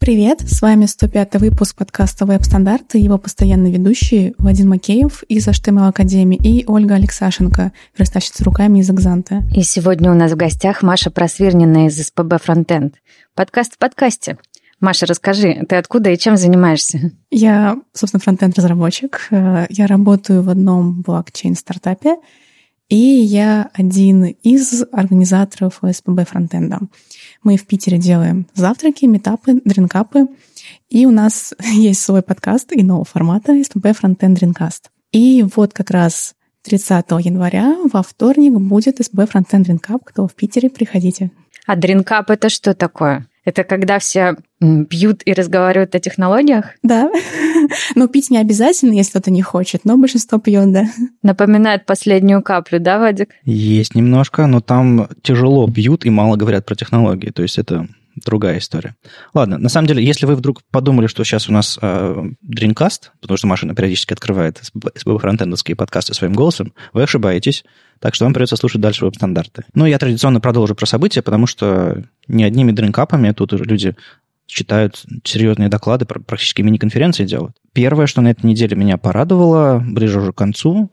Привет, с вами 105-й выпуск подкаста «Веб-стандарты», его постоянные ведущие Вадим Макеев из HTML Академии и Ольга Алексашенко, верстальщица руками из Экзанта. И сегодня у нас в гостях Маша Просвирнина из СПБ Frontend. Подкаст в подкасте. Маша, расскажи, ты откуда и чем занимаешься? Я, собственно, фронтенд-разработчик. Я работаю в одном блокчейн-стартапе, и я один из организаторов СПБ Фронтенда. Мы в Питере делаем завтраки, митапы, дринкапы, и у нас есть свой подкаст иного формата СПБ Фронтенд Дринкаст. И вот как раз 30 января во вторник будет СПБ Фронтенд Дринкап. Кто в Питере, приходите. А дринкап — это что такое? Это когда все пьют и разговаривают о технологиях? Да. Но пить не обязательно, если кто-то не хочет, но большинство пьет, да. Напоминает последнюю каплю, да, Вадик? Есть немножко, но там тяжело пьют и мало говорят про технологии. То есть это другая история. Ладно, на самом деле, если вы вдруг подумали, что сейчас у нас Dreamcast, потому что Маша периодически открывает фронтендовские подкасты своим голосом, вы ошибаетесь. Так что вам придется слушать дальше веб-стандарты. Но я традиционно продолжу про события, потому что не одними дринкапами тут люди читают серьезные доклады, практически мини-конференции делают. Первое, что на этой неделе меня порадовало, ближе уже к концу,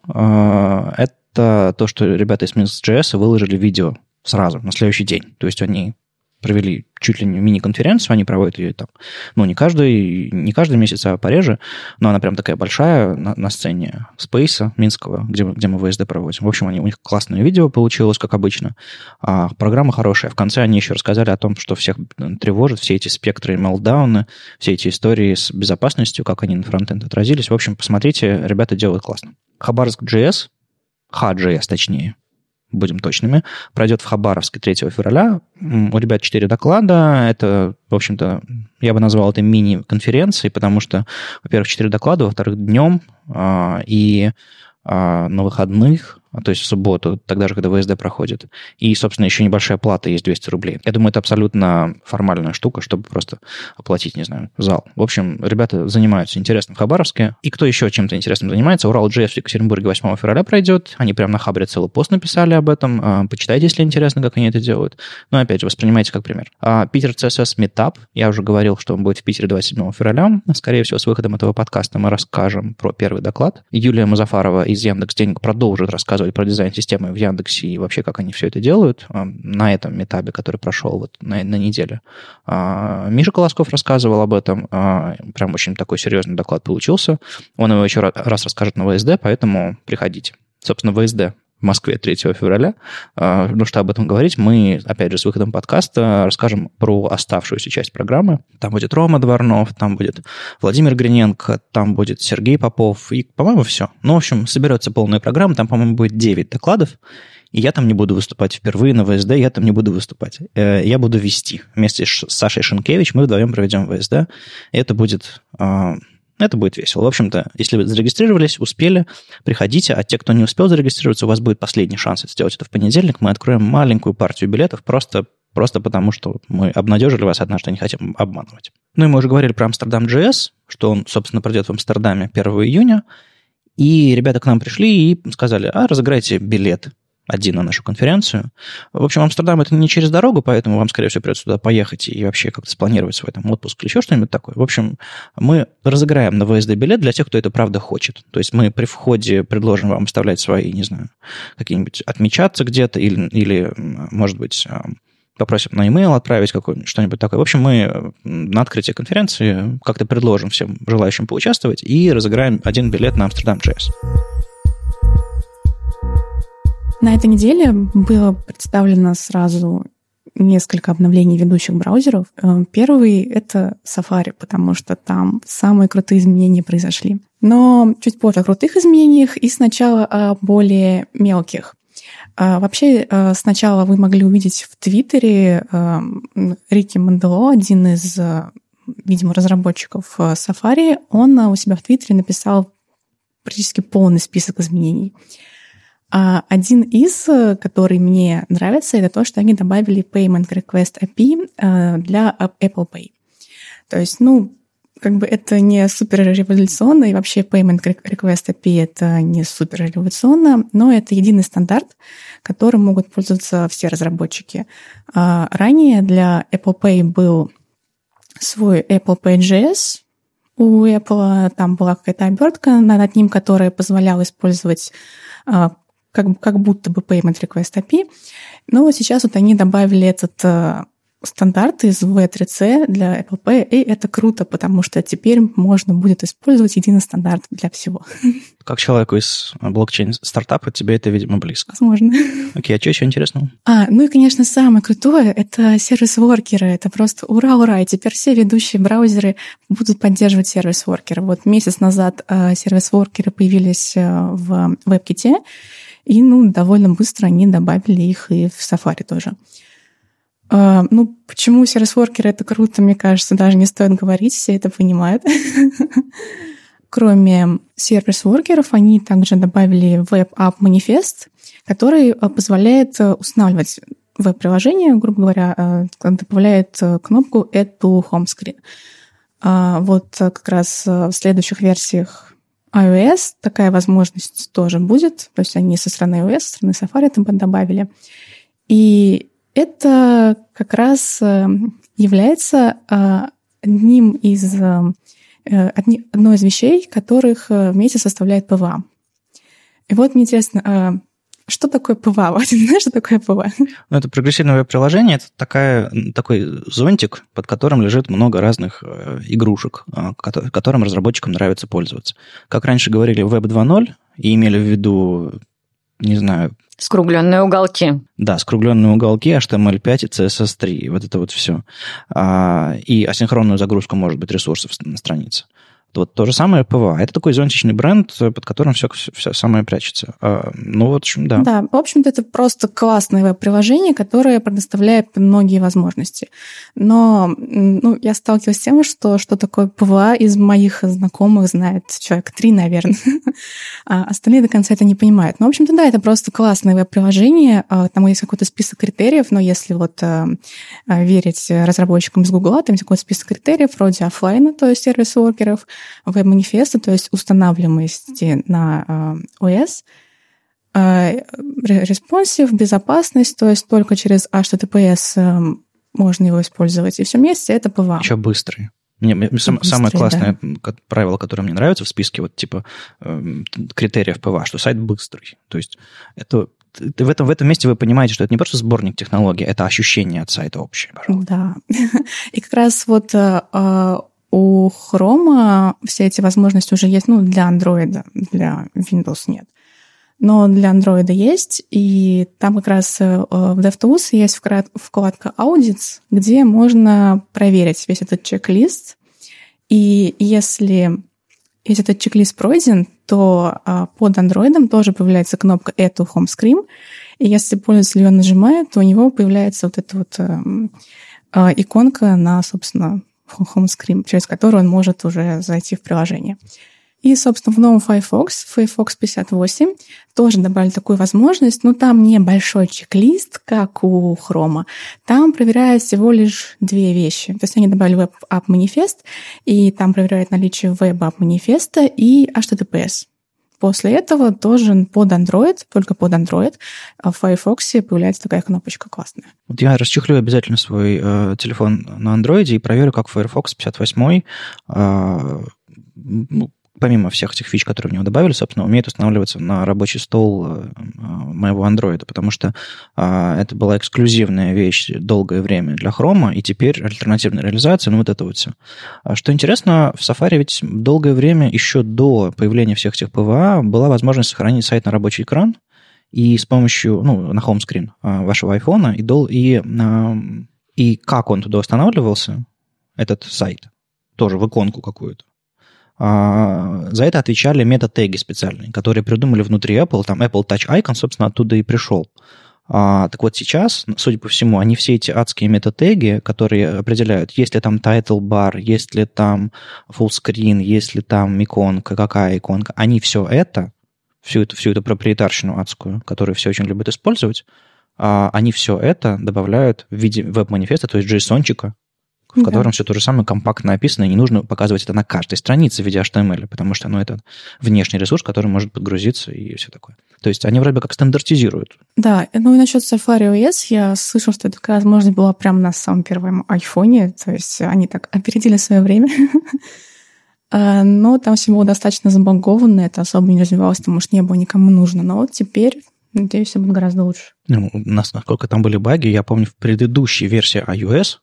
это то, что ребята из Minsk.js выложили видео сразу, на следующий день. То есть они провели чуть ли не мини-конференцию, они проводят ее там, не каждый месяц, а пореже, но она прям такая большая на сцене Space Минского, где мы ВСД проводим. В общем, у них классное видео получилось, как обычно. Программа хорошая. В конце они еще рассказали о том, что всех тревожит, все эти спектры мелтдауна, все эти истории с безопасностью, как они на фронтенд отразились. В общем, посмотрите, ребята делают классно. Хабаровск.js, HJS точнее, будем точными, пройдет в Хабаровске 3 февраля. У ребят 4 доклада. Это, в общем-то, я бы назвал это мини-конференцией, потому что, во-первых, 4 доклада, во-вторых, днем и на выходных, то есть в субботу, тогда же, когда ВСД проходит. И, собственно, еще небольшая плата есть 200 рублей. Я думаю, это абсолютно формальная штука, чтобы просто оплатить, не знаю, зал. В общем, ребята занимаются интересным в Хабаровске. И кто еще чем-то интересным занимается? Урал.js в Екатеринбурге 8 февраля пройдет. Они прямо на Хабре целый пост написали об этом. Почитайте, если интересно, как они это делают. Но, опять же, воспринимайте как пример. Питер CSS Meetup. Я уже говорил, что он будет в Питере 27 февраля. Скорее всего, с выходом этого подкаста мы расскажем про первый доклад. Юлия Музафарова из Яндекс.Денег продолжит рассказывать про дизайн-системы в Яндексе и вообще, как они все это делают на этом метапе, который прошел вот на неделе. Миша Колосков рассказывал об этом. Прям очень такой серьезный доклад получился. Он его еще раз расскажет на ВСД, поэтому приходите. Собственно, ВСД в Москве 3 февраля. Ну, что об этом говорить, мы, опять же, с выходом подкаста расскажем про оставшуюся часть программы. Там будет Рома Дворнов, там будет Владимир Гриненко, там будет Сергей Попов и, по-моему, все. Ну, в общем, соберется полная программа, там, по-моему, будет 9 докладов, и я там не буду выступать впервые на ВСД, я там не буду выступать. Я буду вести. Вместе с Сашей Шенкевич мы вдвоем проведем ВСД, и это будет весело. В общем-то, если вы зарегистрировались, успели, приходите, а те, кто не успел зарегистрироваться, у вас будет последний шанс сделать это в понедельник. Мы откроем маленькую партию билетов просто потому, что мы обнадежили вас однажды, не хотим обманывать. Ну и мы уже говорили про Амстердам.js, что он, собственно, пройдет в Амстердаме 1 июня, и ребята к нам пришли и сказали, разыграйте билет один на нашу конференцию. В общем, Амстердам — это не через дорогу, поэтому вам, скорее всего, придется туда поехать и вообще как-то спланировать свой там отпуск или еще что-нибудь такое. В общем, мы разыграем на ВСД билет для тех, кто это правда хочет. То есть мы при входе предложим вам оставлять свои, не знаю, какие-нибудь отмечаться где-то или может быть, попросим на e-mail отправить что-нибудь такое. В общем, мы на открытии конференции как-то предложим всем желающим поучаствовать и разыграем один билет на Амстердам.js. На этой неделе было представлено сразу несколько обновлений ведущих браузеров. Первый — это Safari, потому что там самые крутые изменения произошли. Но чуть позже о крутых изменениях и сначала о более мелких. Вообще, сначала вы могли увидеть в Твиттере Рики Мандело, один из, видимо, разработчиков Safari. Он у себя в Твиттере написал практически полный список изменений. Один из, который мне нравится, это то, что они добавили Payment Request API для Apple Pay. То есть, это не суперреволюционно, и вообще Payment Request API это не суперреволюционно, но это единый стандарт, которым могут пользоваться все разработчики. Ранее для Apple Pay был свой Apple Pay.js. У Apple там была какая-то обертка над ним, которая позволяла использовать как будто бы Payment Request API. Но вот сейчас вот они добавили этот стандарт из V3C для Apple Pay, и это круто, потому что теперь можно будет использовать единый стандарт для всего. Как человеку из блокчейн-стартапа тебе это, видимо, близко. Возможно. Окей, а что еще интересного? Ну и, конечно, самое крутое — это сервис-воркеры. Это просто ура-ура! И теперь все ведущие браузеры будут поддерживать сервис-воркеры. Вот месяц назад сервис-воркеры появились в WebKit, и довольно быстро они добавили их и в Safari тоже. Почему сервис-воркеры — это круто, мне кажется, даже не стоит говорить, все это понимают. Кроме сервис-воркеров, они также добавили Web App Manifest, который позволяет устанавливать веб-приложение, грубо говоря, добавляет кнопку Add to Home Screen. Вот как раз в следующих версиях iOS такая возможность тоже будет, то есть они со стороны iOS, со стороны Safari там добавили. И это как раз является одной из вещей, которых вместе составляет ПВА. И вот мне интересно, что такое ПВА? Ты знаешь, что такое ПВА? Это прогрессивное веб-приложение, это такой зонтик, под которым лежит много разных игрушек, которым разработчикам нравится пользоваться. Как раньше говорили, Web 2.0, и имели в виду, не знаю... Скругленные уголки. Да, скругленные уголки, HTML5 и CSS3, вот это вот все. И асинхронную загрузку, может быть, ресурсов на странице. Вот то же самое ПВА. Это такой зонтичный бренд, под которым все самое прячется. В общем, да. Да, в общем-то, это просто классное веб-приложение, которое предоставляет многие возможности. Но я сталкивалась с тем, что такое ПВА из моих знакомых знает человек 3, наверное. А остальные до конца это не понимают. Но, в общем-то, да, это просто классное веб-приложение. Там есть какой-то список критериев, но если верить разработчикам из Гугла, там есть какой-то список критериев вроде офлайна, то есть сервис-воркеров, веб-манифеста, то есть устанавливаемости на OS, responsive, безопасность, то есть только через HTTPS можно его использовать. И все вместе это ПВА. Еще быстрый. Самое классное правило, которое мне нравится в списке критериев ПВА, что сайт быстрый. То есть это в этом месте вы понимаете, что это не просто сборник технологий, это ощущение от сайта общее, пожалуй. Да. И как раз у Chrome все эти возможности уже есть, для Android, для Windows нет. Но для Android есть, и там как раз в DevTools есть вкладка Audits, где можно проверить весь этот чек-лист. И если этот чек-лист пройден, то под Android тоже появляется кнопка Add to Home Screen, и если пользователь ее нажимает, то у него появляется вот эта иконка на, собственно, Home Screen, через которую он может уже зайти в приложение. И, собственно, в новом Firefox 58, тоже добавили такую возможность, но там не большой чек-лист, как у Chrome. Там проверяют всего лишь две вещи. То есть они добавили Web App Manifest, и там проверяют наличие Web App Manifest и HTTPS. После этого тоже под Android, только под Android, в Firefox появляется такая кнопочка классная. Вот я расчехлю обязательно свой телефон на Android и проверю, как Firefox 58 помимо всех этих фич, которые в него добавили, собственно, умеет устанавливаться на рабочий стол моего Android, потому что это была эксклюзивная вещь долгое время для Chrome, и теперь альтернативная реализация, вот это вот все. Что интересно, в Safari ведь долгое время, еще до появления всех этих ПВА, была возможность сохранить сайт на рабочий экран, и с помощью, на хоум-скрин вашего айфона, и как он туда устанавливался, этот сайт, тоже в иконку какую-то. За это отвечали мета-теги специальные, которые придумали внутри Apple. Там Apple Touch Icon, собственно, оттуда и пришел. Так вот сейчас, судя по всему, они все эти адские мета-теги, которые определяют, есть ли там title bar, есть ли там full screen, есть ли там иконка, какая иконка, они всю эту проприетарщину адскую, которую все очень любят использовать, они все это добавляют в виде веб-манифеста, то есть JSON-чика, в котором все то же самое компактно описано, и не нужно показывать это на каждой странице в виде HTML, потому что это внешний ресурс, который может подгрузиться и все такое. То есть они вроде бы как стандартизируют. Да, и насчет Safari OS я слышала, что это такая возможность была прямо на самом первом айфоне, то есть они так опередили свое время. Но там все было достаточно забаговано, это особо не развивалось, потому что не было никому нужно. Но вот теперь, надеюсь, все будет гораздо лучше. Насколько там были баги, я помню, в предыдущей версии iOS,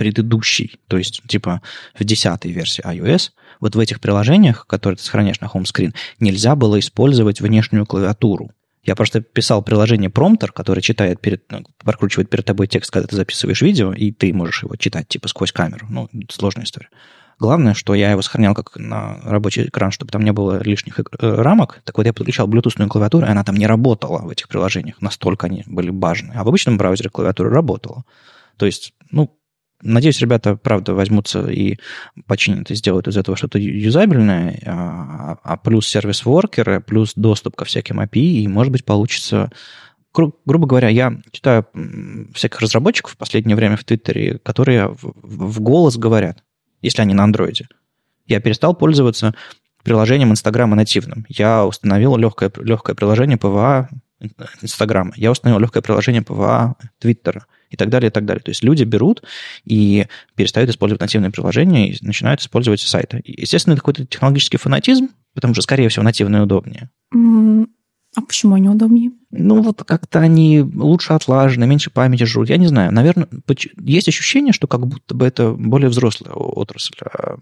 то есть типа в 10-й версии iOS, вот в этих приложениях, которые ты сохраняешь на хоум-скрин, нельзя было использовать внешнюю клавиатуру. Я просто писал приложение Prompter, которое читает прокручивает перед тобой текст, когда ты записываешь видео, и ты можешь его читать типа сквозь камеру. Сложная история. Главное, что я его сохранял как на рабочий экран, чтобы там не было лишних рамок. Так вот, я подключал Bluetooth клавиатуру, и она там не работала в этих приложениях. Настолько они были бажные. А в обычном браузере клавиатура работала. То есть, надеюсь, ребята, правда, возьмутся и починят и сделают из этого что-то юзабельное, а плюс сервис-воркеры, плюс доступ ко всяким API, и, может быть, получится... Грубо говоря, я читаю всяких разработчиков в последнее время в Твиттере, которые в голос говорят, если они на андроиде. Я перестал пользоваться приложением Инстаграма нативным. Я установил легкое приложение PWA Инстаграма. Я установил легкое приложение PWA Твиттера. И так далее, и так далее. То есть люди берут и перестают использовать нативные приложения и начинают использовать сайты. Естественно, это какой-то технологический фанатизм, потому что, скорее всего, нативные удобнее. А почему они удобнее? Как-то они лучше отлажены, меньше памяти жрут. Я не знаю. Наверное, есть ощущение, что как будто бы это более взрослая отрасль.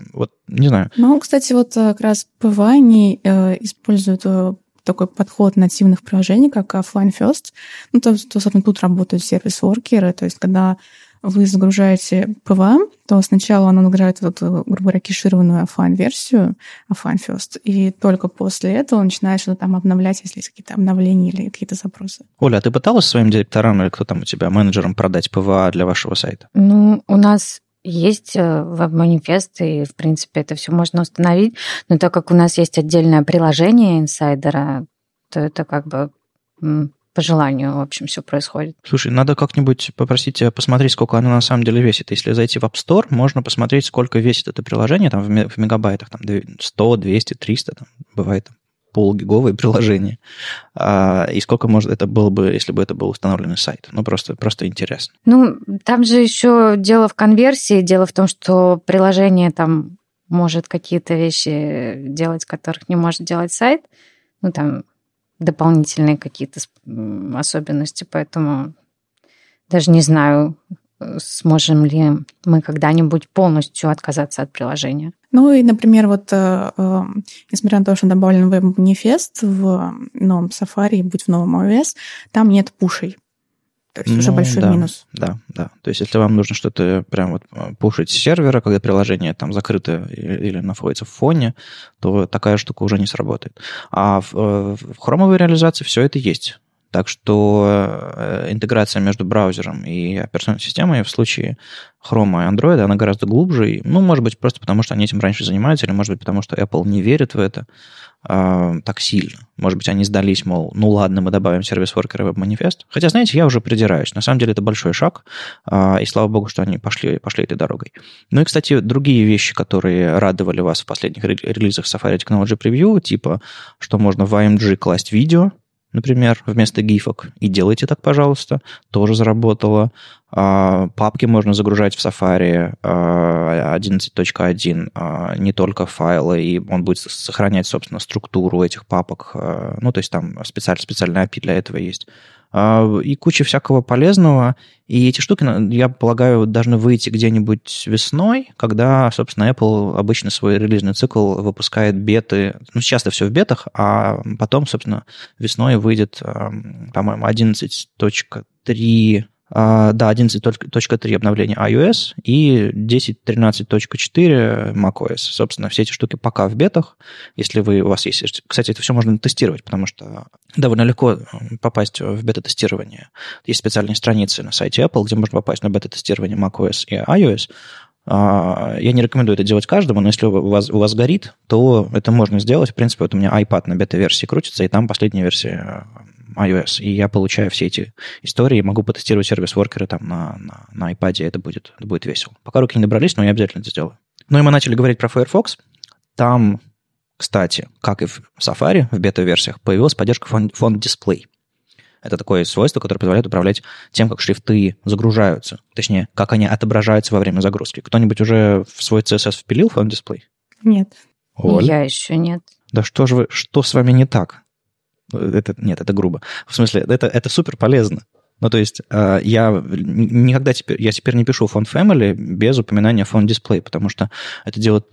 Не знаю. Кстати, как раз PWA они используют такой подход нативных приложений, как Offline First. Собственно, тут работают сервис-воркеры. То есть, когда вы загружаете PWA, то сначала оно нагружает, грубо говоря, кешированную offline-версию, Offline First, и только после этого начинает что-то там обновлять, если есть какие-то обновления или какие-то запросы. Оля, а ты пыталась своим директорам или кто там у тебя, менеджерам продать PWA для вашего сайта? У нас есть веб-манифест, и, в принципе, это все можно установить. Но так как у нас есть отдельное приложение инсайдера, то это как бы по желанию, в общем, все происходит. Слушай, надо как-нибудь попросить тебя посмотреть, сколько оно на самом деле весит. Если зайти в App Store, можно посмотреть, сколько весит это приложение, там в мегабайтах, там 100, 200, 300, там бывает полугиговое приложение. И сколько это было бы, если бы это был установленный сайт. Просто интересно. Там же еще дело в конверсии, дело в том, что приложение там может какие-то вещи делать, которых не может делать сайт. Там дополнительные какие-то особенности, поэтому даже не знаю, сможем ли мы когда-нибудь полностью отказаться от приложения. И, например, несмотря на то, что добавлен веб-манифест в новом Safari, будь в новом iOS, там нет пушей. То есть уже большой минус. Да. То есть если вам нужно что-то прям пушить с сервера, когда приложение там закрыто или находится в фоне, то такая штука уже не сработает. А в хромовой реализации все это есть. Так что интеграция между браузером и операционной системой в случае Chrome и Android, она гораздо глубже. Может быть, просто потому, что они этим раньше занимаются, или, может быть, потому что Apple не верит в это так сильно. Может быть, они сдались, мол, ладно, мы добавим сервис-воркер и веб-манифест. Хотя, знаете, я уже придираюсь. На самом деле, это большой шаг, и слава богу, что они пошли этой дорогой. И, кстати, другие вещи, которые радовали вас в последних релизах Safari Technology Preview, типа, что можно в AMG класть видео, например, вместо гифок, и делайте так, пожалуйста, тоже заработало. Папки можно загружать в Safari 11.1, не только файлы, и он будет сохранять, собственно, структуру этих папок. То есть там специальная API для этого есть. И куча всякого полезного. И эти штуки, я полагаю, должны выйти где-нибудь весной, когда, собственно, Apple обычно свой релизный цикл выпускает беты. Сейчас-то все в бетах, а потом, собственно, весной выйдет, по-моему, 11.3... 11.3 обновление iOS и 10.13.4 macOS. Собственно, все эти штуки пока в бетах. Если у вас есть... Кстати, это все можно тестировать, потому что довольно легко попасть в бета-тестирование. Есть специальные страницы на сайте Apple, где можно попасть на бета-тестирование macOS и iOS. Я не рекомендую это делать каждому, но если у вас горит, то это можно сделать. В принципе, у меня iPad на бета-версии крутится, и там последняя версия iOS, и я получаю все эти истории, могу потестировать сервис-воркеры там на iPad, это будет весело. Пока руки не добрались, но я обязательно это сделаю. Ну и мы начали говорить про Firefox. Там, кстати, как и в Safari, в бета-версиях, появилась поддержка Font Display. Это такое свойство, которое позволяет управлять тем, как шрифты загружаются. Точнее, как они отображаются во время загрузки. Кто-нибудь уже в свой CSS впилил Font Display? Нет. Оль? Я еще нет. Да что с вами не так? Это грубо. В смысле, это супер полезно. Ну, то есть я теперь не пишу Font Family без упоминания Font Display, потому что это делает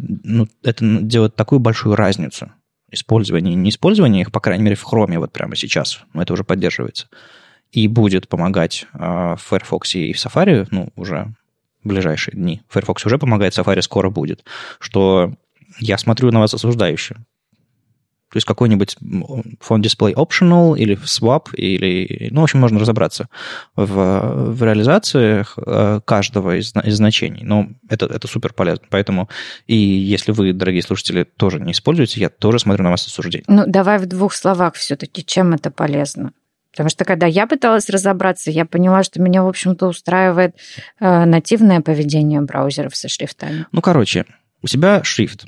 такую большую разницу. Использование и неиспользование их, по крайней мере, в Chrome вот прямо сейчас, это уже поддерживается, и будет помогать в Firefox и в Safari, уже в ближайшие дни. Firefox уже помогает, Safari скоро будет, что я смотрю на вас осуждающе. То есть какой-нибудь Font Display Optional или Swap, или, в общем, можно разобраться в реализациях каждого из значений. Но это супер полезно. Поэтому и если вы, дорогие слушатели, тоже не используете, я тоже смотрю на вас с осуждением. Давай в 2 словах все-таки, чем это полезно. Потому что когда я пыталась разобраться, я поняла, что меня, в общем-то, устраивает нативное поведение браузеров со шрифтами. У тебя шрифт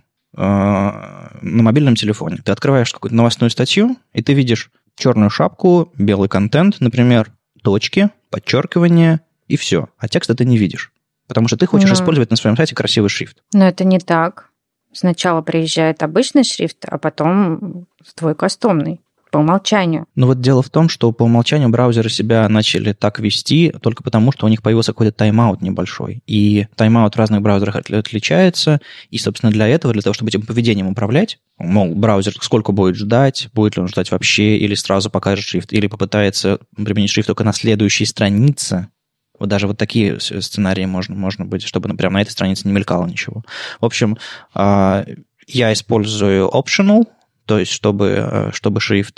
на мобильном телефоне. Ты открываешь какую-то новостную статью, и ты видишь черную шапку, белый контент, например, точки, подчеркивания, и все. А текста ты не видишь. Потому что ты хочешь использовать на своем сайте красивый шрифт. Но это не так. Сначала приезжает обычный шрифт, а потом твой кастомный. По умолчанию. Дело в том, что по умолчанию браузеры себя начали так вести только потому, что у них появился какой-то тайм-аут небольшой. И тайм-аут в разных браузерах отличается. И, собственно, для того, чтобы этим поведением управлять, браузер сколько будет ждать, будет ли он ждать вообще, или сразу покажет шрифт, или попытается применить шрифт только на следующей странице. Даже такие сценарии можно быть, чтобы прямо на этой странице не мелькало ничего. В общем, я использую optional, то есть, чтобы шрифт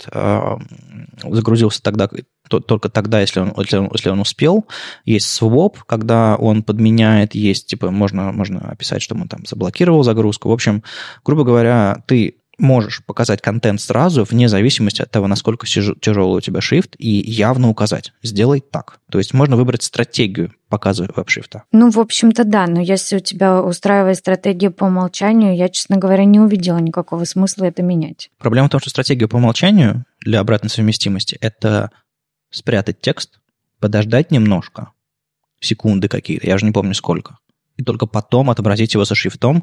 загрузился только тогда, если он успел. Есть swap, когда он подменяет, есть, можно описать, что он там заблокировал загрузку. В общем, грубо говоря, ты можешь показать контент сразу, вне зависимости от того, насколько тяжелый у тебя шрифт, и явно указать. Сделай так. То есть можно выбрать стратегию показа веб-шрифта. В общем-то, да. Но если у тебя устраивает стратегия по умолчанию, я, честно говоря, не увидела никакого смысла это менять. Проблема в том, что стратегия по умолчанию для обратной совместимости – это спрятать текст, подождать немножко, секунды какие-то, я же не помню сколько, и только потом отобразить его со шрифтом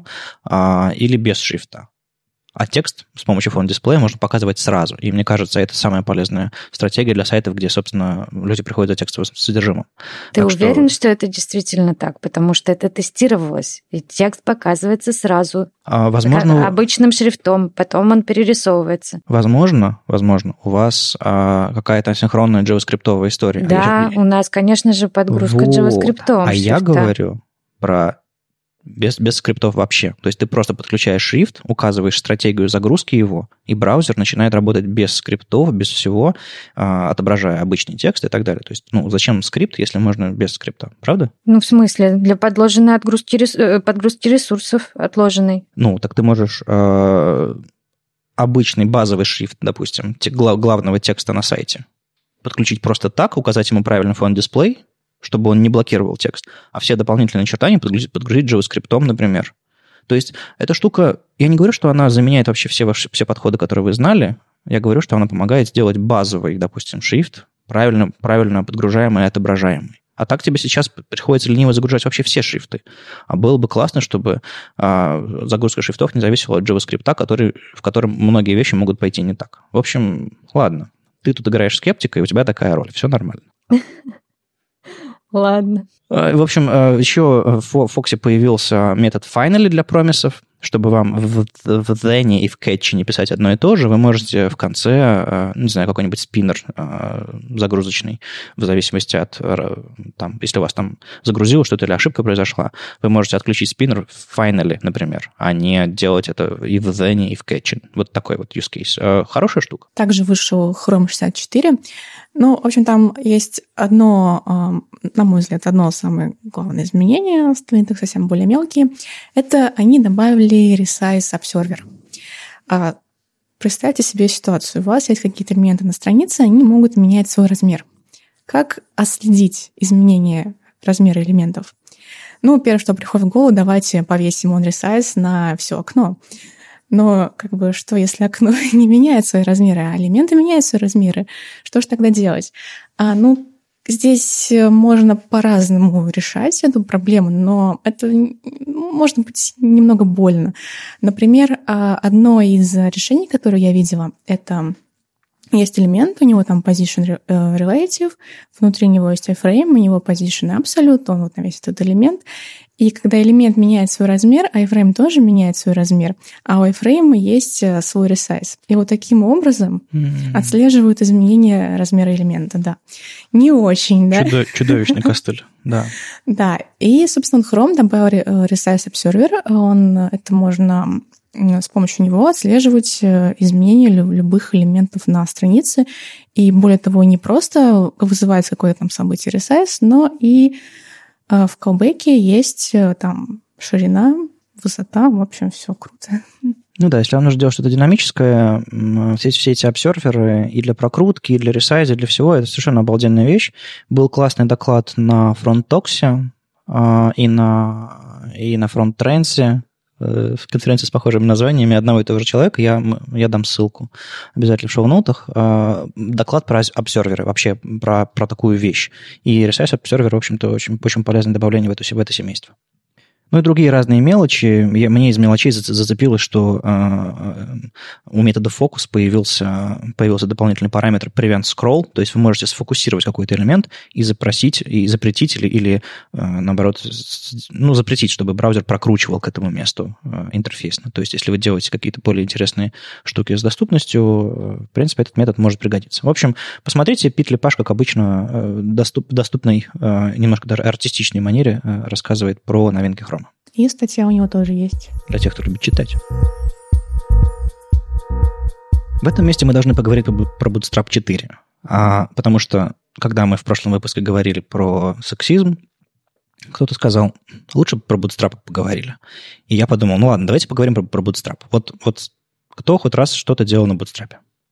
или без шрифта. А текст с помощью Font Display можно показывать сразу. И мне кажется, это самая полезная стратегия для сайтов, где, собственно, люди приходят за текстовым содержимым. Ты уверен, что это действительно так? Потому что это тестировалось. И текст показывается сразу. Возможно, обычным шрифтом. Потом он перерисовывается. Возможно, у вас какая-то асинхронная JavaScript-овая история. Да, у нас, конечно же, подгрузка JavaScript-овым. Я говорю про... Без скриптов вообще. То есть ты просто подключаешь шрифт, указываешь стратегию загрузки его, и браузер начинает работать без скриптов, без всего, отображая обычный текст и так далее. То есть, зачем скрипт, если можно без скрипта, правда? В смысле? Для подгрузки ресурсов отложенной. Так ты можешь обычный базовый шрифт, допустим, главного текста на сайте подключить просто так, указать ему правильный Font Display, чтобы он не блокировал текст, а все дополнительные начертания подгрузить JavaScript, например. То есть эта штука, я не говорю, что она заменяет вообще все подходы, которые вы знали, я говорю, что она помогает сделать базовый, допустим, шрифт, правильно подгружаемый и отображаемый. А так тебе сейчас приходится лениво загружать вообще все шрифты. А было бы классно, чтобы загрузка шрифтов не зависела от JavaScript, в котором многие вещи могут пойти не так. В общем, ладно. Ты тут играешь скептика, и у тебя такая роль. Все нормально. Ладно. В общем, еще в Fox появился метод finally для промисов, чтобы вам в then и в catch не писать одно и то же. Вы можете в конце, не знаю, какой-нибудь спиннер загрузочный, в зависимости от, если у вас там загрузилось что-то или ошибка произошла, вы можете отключить спиннер в finally, например, а не делать это и в then, и в catch. Вот такой вот use case. Хорошая штука. Также вышел Chrome 64. В общем, там есть одно, на мой взгляд, одно самое главное изменение, остальные так совсем более мелкие. Это они добавили Resize Observer. Представьте себе ситуацию. У вас есть какие-то элементы на странице, они могут менять свой размер. Как отследить изменение размера элементов? Ну, первое, что приходит в голову, давайте повесим on-resize на все окно. Но что, если окно не меняет свои размеры, а элементы меняют свои размеры? Что же тогда делать? Здесь можно по-разному решать эту проблему, но это может быть немного больно. Например, одно из решений, которое я видела, это есть элемент, у него там position relative, внутри него есть iframe, у него position absolute, он вот весь этот элемент. И когда элемент меняет свой размер, iframe тоже меняет свой размер, а у iframe есть свой resize. И вот таким образом отслеживают изменения размера элемента, да. Не очень, да? Чудовищный костыль, да. Да, и, собственно, Chrome добавил Resize Observer, это можно с помощью него отслеживать изменения любых элементов на странице. И более того, не просто вызывается какое-то там событие resize, но и в callback'е есть там ширина, высота, в общем, все круто. Ну да, если вам нужно делать что-то динамическое, все эти обсерверы и для прокрутки, и для ресайза, и для всего, это совершенно обалденная вещь. Был классный доклад на FrontTalks и на FrontTrends, в конференции с похожими названиями одного и того же человека, я дам ссылку обязательно в шоу-ноутах, доклад про обсерверы, вообще про такую вещь. И Resize Observer, в общем-то, очень, очень полезное добавление в это семейство. Ну и другие разные мелочи. Мне из мелочей зацепилось, что у метода Focus появился дополнительный параметр Prevent Scroll, то есть вы можете сфокусировать какой-то элемент и запросить, и запретить, или наоборот, запретить, чтобы браузер прокручивал к этому месту интерфейсно. То есть если вы делаете какие-то более интересные штуки с доступностью, в принципе, этот метод может пригодиться. В общем, посмотрите, Пит Лепаш, как обычно, доступной, немножко даже артистичной манере рассказывает про новинки Chrome. И статья у него тоже есть. Для тех, кто любит читать. В этом месте мы должны поговорить про Bootstrap 4. Потому что, когда мы в прошлом выпуске говорили про сексизм, кто-то сказал, лучше бы про Bootstrap поговорили. И я подумал, ну ладно, давайте поговорим про Bootstrap. Вот кто хоть раз что-то делал на Bootstrap?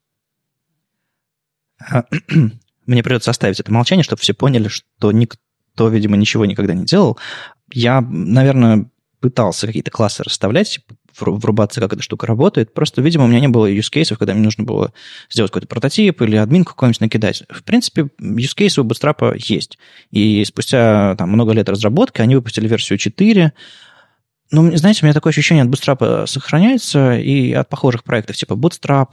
Мне придется оставить это молчание, чтобы все поняли, что никто, видимо, ничего никогда не делал. Я, наверное, пытался какие-то классы расставлять, врубаться, как эта штука работает. Просто, видимо, у меня не было use-кейсов, когда мне нужно было сделать какой-то прототип или админку какой-нибудь накидать. В принципе, use-кейсы у Bootstrap есть. И спустя много лет разработки они выпустили версию 4. Ну, знаете, у меня такое ощущение от Bootstrap сохраняется и от похожих проектов типа Bootstrap,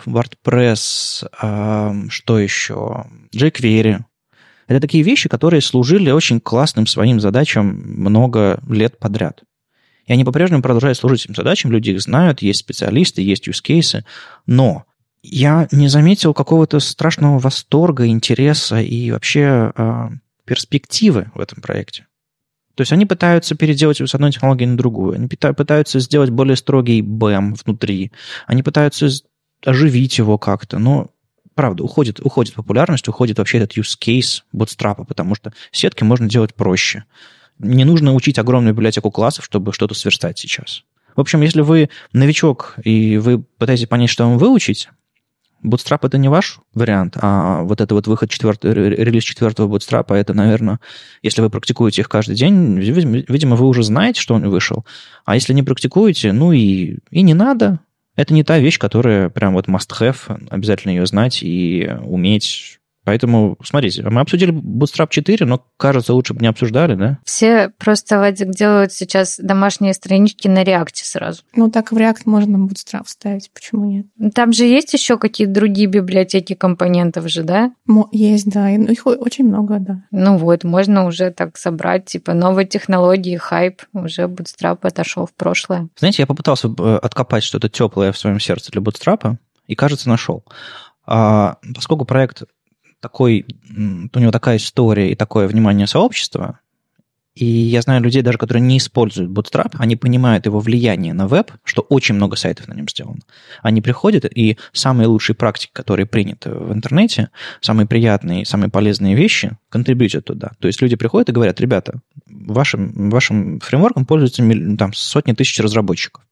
WordPress, что еще? jQuery. Это такие вещи, которые служили очень классным своим задачам много лет подряд. И они по-прежнему продолжают служить этим задачам, люди их знают, есть специалисты, есть use-кейсы, но я не заметил какого-то страшного восторга, интереса и вообще перспективы в этом проекте. То есть они пытаются переделать его с одной технологии на другую, они пытаются сделать более строгий BEM внутри, они пытаются оживить его как-то, но правда, уходит популярность, уходит вообще этот use case Bootstrap, потому что сетки можно делать проще. Не нужно учить огромную библиотеку классов, чтобы что-то сверстать сейчас. В общем, если вы новичок и вы пытаетесь понять, что вам выучить, Bootstrap — это не ваш вариант, а вот это вот релиз 4-го Bootstrap, это, наверное, если вы практикуете их каждый день, видимо, вы уже знаете, что он вышел. А если не практикуете, и не надо. Это не та вещь, которая прям вот must-have, обязательно ее знать и уметь. Поэтому, смотрите, мы обсудили Bootstrap 4, но, кажется, лучше бы не обсуждали, да? Все просто, Вадик, делают сейчас домашние странички на React сразу. Ну, так в React можно Bootstrap вставить, почему нет? Там же есть еще какие-то другие библиотеки компонентов же, да? Есть, да, их очень много, да. Ну вот, можно уже так собрать, типа, новые технологии, хайп, уже Bootstrap отошел в прошлое. Знаете, я попытался откопать что-то теплое в своем сердце для Bootstrap, и, кажется, нашел. Поскольку проект такой, у него такая история и такое внимание сообщества, и я знаю людей даже, которые не используют Bootstrap, они понимают его влияние на веб, что очень много сайтов на нем сделано. Они приходят, и самые лучшие практики, которые приняты в интернете, самые приятные, самые полезные вещи контрибьютят туда. То есть люди приходят и говорят, ребята, вашим фреймворком пользуются сотни тысяч разработчиков.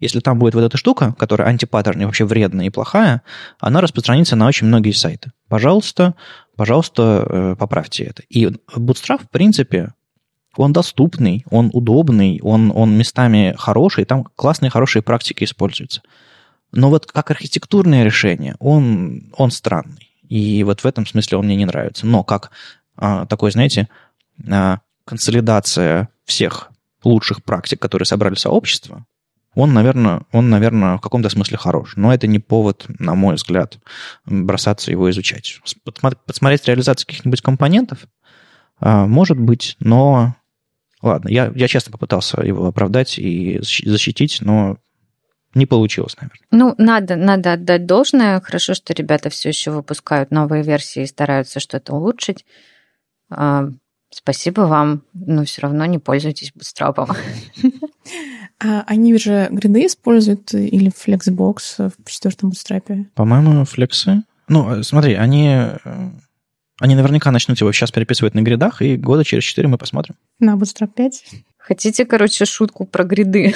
если там будет вот эта штука, которая антипаттерн и вообще вредная и плохая, она распространится на очень многие сайты. Пожалуйста, поправьте это. И Bootstrap, в принципе, он доступный, он удобный, он местами хороший, там классные, хорошие практики используются. Но вот как архитектурное решение, он странный. И вот в этом смысле он мне не нравится. Но как такой, знаете, консолидация всех лучших практик, которые собрали сообщество, он, наверное, в каком-то смысле хорош. Но это не повод, на мой взгляд, бросаться его изучать. Подсмотреть реализацию каких-нибудь компонентов, может быть, но... Ладно, я честно попытался его оправдать и защитить, но не получилось, наверное. Ну, надо отдать должное. Хорошо, что ребята все еще выпускают новые версии и стараются что-то улучшить. Спасибо вам, но все равно не пользуйтесь Bootstrap. Они же гриды используют или Flexbox в 4-м Bootstrap? По-моему, флексы. Ну, смотри, они наверняка начнут его сейчас переписывать на гридах, и года через 4 мы посмотрим. На Bootstrap 5? Хотите, короче, шутку про гриды?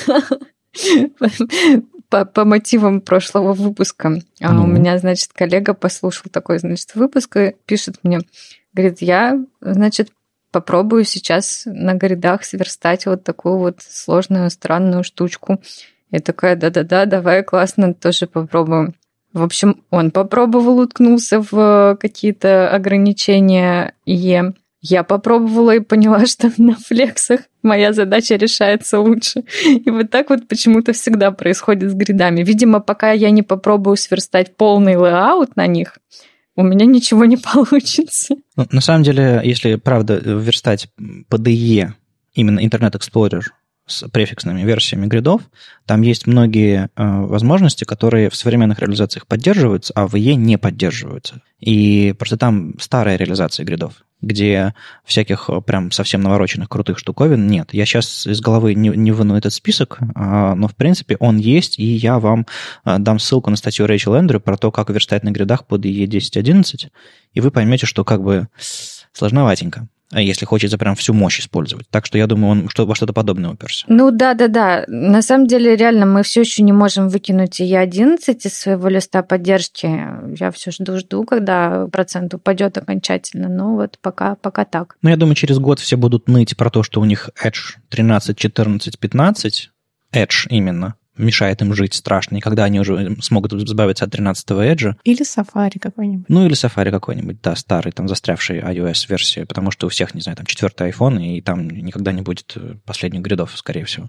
По мотивам прошлого выпуска. У меня, значит, коллега послушал такой, значит, выпуск и пишет мне, говорит, я, значит, попробую сейчас на гридах сверстать вот такую вот сложную, странную штучку. Я такая, да-да-да, давай, классно, тоже попробуем. В общем, он попробовал, уткнулся в какие-то ограничения, и я попробовала и поняла, что на флексах моя задача решается лучше. И вот так вот почему-то всегда происходит с гридами. Видимо, пока я не попробую сверстать полный лейаут на них, у меня ничего не получится. Ну, на самом деле, если, правда, верстать PDE, именно Internet Explorer, с префиксными версиями гридов, там есть многие возможности, которые в современных реализациях поддерживаются, а в IE не поддерживаются. И просто там старая реализация гридов, где всяких прям совсем навороченных крутых штуковин нет. Я сейчас из головы не выну этот список, но, в принципе, он есть, и я вам дам ссылку на статью Рэйчел Эндрю про то, как верстать на гридах под IE 10.11, и вы поймете, что как бы сложноватенько, если хочется прям всю мощь использовать. Так что я думаю, он во что-то подобное уперся. Ну да. На самом деле, реально, мы все еще не можем выкинуть IE11 из своего листа поддержки. Я все жду, когда процент упадет окончательно. Но вот пока так. Ну, я думаю, через год все будут ныть про то, что у них Edge 13, 14, 15, Edge именно, мешает им жить страшно, и когда они уже смогут избавиться от 13-го Edge. Или Safari какой-нибудь. Ну, или Safari какой-нибудь, да, старый, там, застрявший iOS-версия, потому что у всех, не знаю, там, 4-й iPhone, и там никогда не будет последних гридов, скорее всего.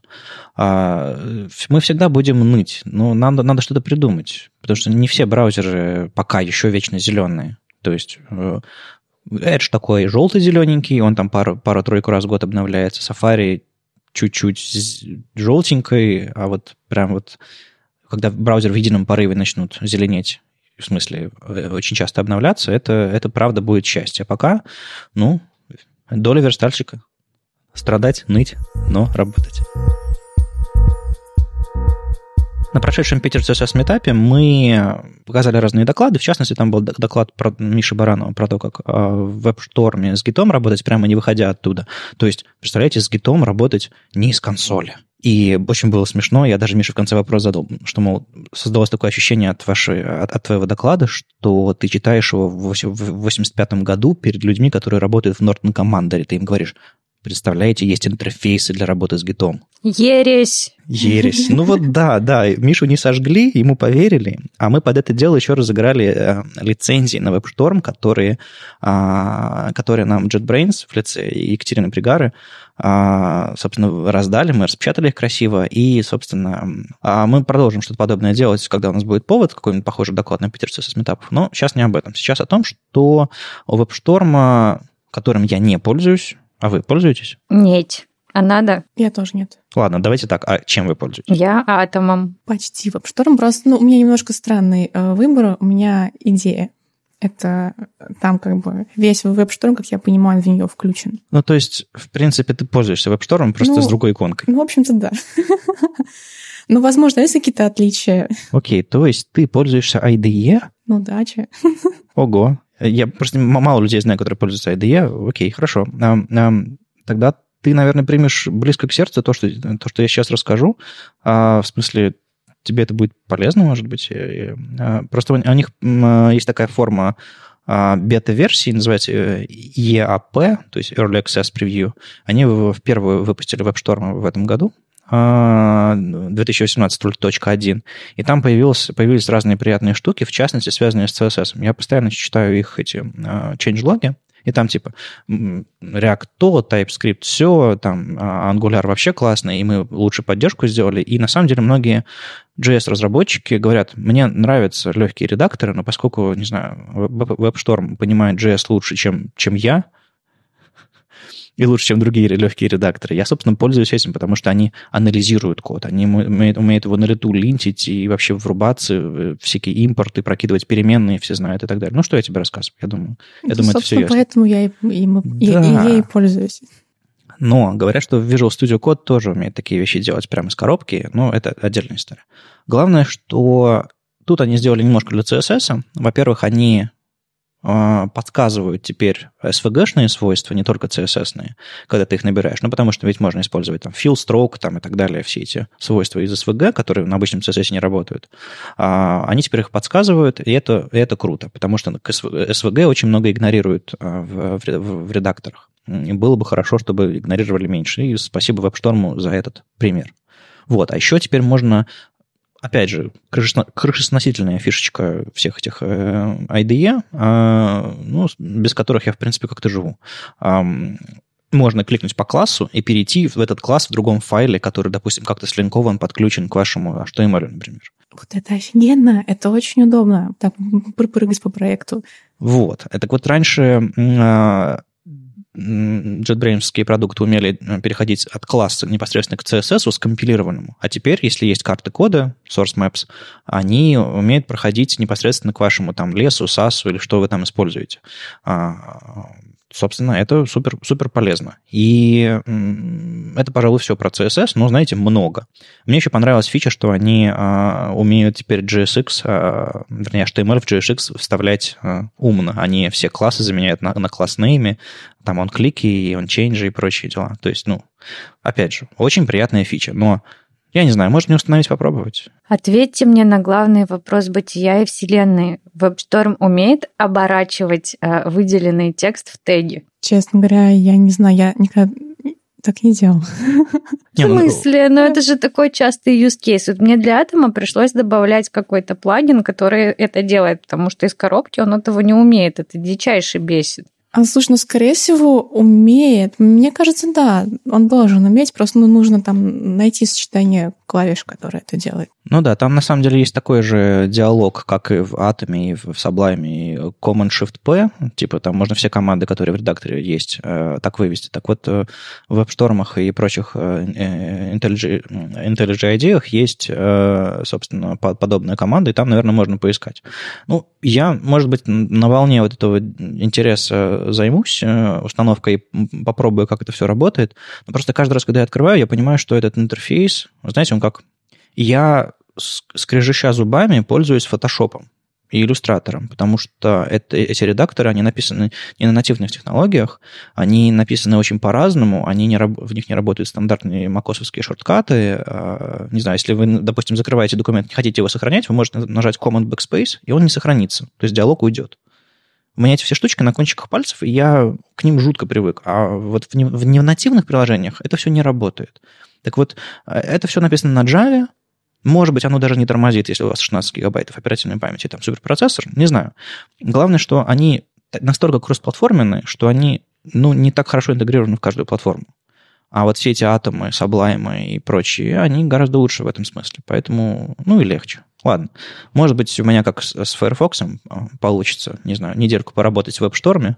Мы всегда будем ныть, но надо что-то придумать, потому что не все браузеры пока еще вечно зеленые. То есть Edge такой желто-зелененький, он там пару-тройку раз в год обновляется, Safari чуть-чуть желтенькой, а вот прям вот, когда браузер в едином порыве начнут зеленеть, в смысле, очень часто обновляться, это правда будет счастье. А пока, доля верстальщика. Страдать, ныть, но работать. На прошедшем Питер CSS Meetup мы показали разные доклады. В частности, там был доклад про Миши Баранова про то, как в веб-шторме с гитом работать, прямо не выходя оттуда. То есть, представляете, с гитом работать не из консоли. И очень было смешно. Я даже Мише в конце вопрос задал, что, мол, создалось такое ощущение от твоего доклада, что ты читаешь его в 85-м году перед людьми, которые работают в Norton Commander. Ты им говоришь, представляете, есть интерфейсы для работы с гитом. Ересь. Ну вот да, Мишу не сожгли, ему поверили, а мы под это дело еще разыграли лицензии на WebStorm, которые нам JetBrains в лице Екатерины Пригары, собственно, раздали, мы распечатали их красиво, и, собственно, мы продолжим что-то подобное делать, когда у нас будет повод, какой-нибудь похожий доклад на Питер CSS Meetup. Но сейчас не об этом. Сейчас о том, что у WebStorm, которым я не пользуюсь, а вы пользуетесь? Нет. А надо? Я тоже нет. Ладно, давайте так. А чем вы пользуетесь? Я атомом. Почти WebStorm. Просто, у меня немножко странный выбор. У меня идея. Это там как бы весь WebStorm, как я понимаю, в нее включен. Ну, то есть, в принципе, ты пользуешься WebStorm просто с другой иконкой. Ну, в общем-то, да. Ну, возможно, есть какие-то отличия. Окей, то есть ты пользуешься IDE? Ну, да, че. Ого. Я просто мало людей знаю, которые пользуются IDE. Окей, хорошо. Тогда ты, наверное, примешь близко к сердцу то, что я сейчас расскажу. В смысле, тебе это будет полезно, может быть. Просто у них есть такая форма бета-версии, называется EAP, то есть Early Access Preview. Они впервые выпустили WebStorm в этом году, 2018.1, и там появились разные приятные штуки, в частности, связанные с CSS. Я постоянно читаю их эти changelog'и, и там типа React то, TypeScript все, там Angular вообще классный, и мы лучше поддержку сделали. И на самом деле многие JS-разработчики говорят, мне нравятся легкие редакторы, но поскольку, не знаю, WebStorm понимает JS лучше, чем я, и лучше, чем другие легкие редакторы. Я, собственно, пользуюсь этим, потому что они анализируют код, они умеют его на лету линтить и вообще врубаться, всякие импорты, прокидывать переменные, все знают и так далее. Ну, что я тебе рассказываю? Я думаю, это все ясно. Поэтому я ей пользуюсь. Но говорят, что Visual Studio Code тоже умеет такие вещи делать прямо из коробки, но это отдельная история. Главное, что тут они сделали немножко для CSS. Во-первых, они подсказывают теперь SVG-шные свойства, не только CSS-ные, когда ты их набираешь. Ну, потому что ведь можно использовать там fill, stroke там, и так далее, все эти свойства из SVG, которые на обычном CSS не работают. Они теперь их подсказывают, и это круто, потому что SVG очень много игнорируют в редакторах. И было бы хорошо, чтобы игнорировали меньше. И спасибо WebStorm за этот пример. Вот. А еще теперь можно... Опять же, крышесносительная фишечка всех этих IDE, без которых я, в принципе, как-то живу. Можно кликнуть по классу и перейти в этот класс в другом файле, который, допустим, как-то слинкован, подключен к вашему HTML, например. Вот это офигенно, это очень удобно, так прыгать по проекту. Вот. Так вот раньше... JetBrains-ские продукты умели переходить от класса непосредственно к CSS скомпилированному. А теперь, если есть карты кода, source maps, они умеют проходить непосредственно к вашему там лесу, SAS или что вы там используете. Собственно, это супер полезно. И это, пожалуй, все про CSS, но, знаете, много. Мне еще понравилась фича, что они умеют теперь JSX, вернее, HTML в JSX вставлять умно. Они все классы заменяют на класснейми, там онклики и ончейнджи и прочие дела. То есть, опять же, очень приятная фича, но я не знаю, может мне установить, попробовать? Ответьте мне на главный вопрос бытия и вселенной. WebStorm умеет оборачивать выделенный текст в теги? Честно говоря, я не знаю, я никогда так не делал. В смысле? Но это же такой частый use case. Вот мне для Атома пришлось добавлять какой-то плагин, который это делает, потому что из коробки он этого не умеет. Это дичайше бесит. Слушай, скорее всего, умеет. Мне кажется, да, он должен уметь, просто нужно там найти сочетание клавиш, которое это делает. Ну да, там на самом деле есть такой же диалог, как и в Atom, и в Sublime, и Command-Shift-P. Типа там можно все команды, которые в редакторе есть, так вывести. Так вот, в WebStorm и прочих IntelliJ IDE есть, собственно, подобная команда, и там, наверное, можно поискать. Я, может быть, на волне вот этого интереса займусь установкой и попробую, как это все работает. Но просто каждый раз, когда я открываю, я понимаю, что этот интерфейс, знаете, он как... Я, скрежеща зубами, пользуюсь фотошопом и иллюстратором, потому что эти редакторы, они написаны не на нативных технологиях, они написаны очень по-разному, в них не работают стандартные макосовские шорткаты. Не знаю, если вы, допустим, закрываете документ, не хотите его сохранять, вы можете нажать Command Backspace, и он не сохранится, то есть диалог уйдет. У меня эти все штучки на кончиках пальцев, и я к ним жутко привык. А вот в ненативных приложениях это все не работает. Так вот, это все написано на Java. Может быть, оно даже не тормозит, если у вас 16 гигабайтов оперативной памяти, там суперпроцессор, не знаю. Главное, что они настолько кроссплатформенные, что они не так хорошо интегрированы в каждую платформу. А вот все эти Атомы, Sublime и прочие, они гораздо лучше в этом смысле. Поэтому, и легче. Ладно. Может быть, у меня как с Firefox получится, не знаю, недельку поработать в WebStorm.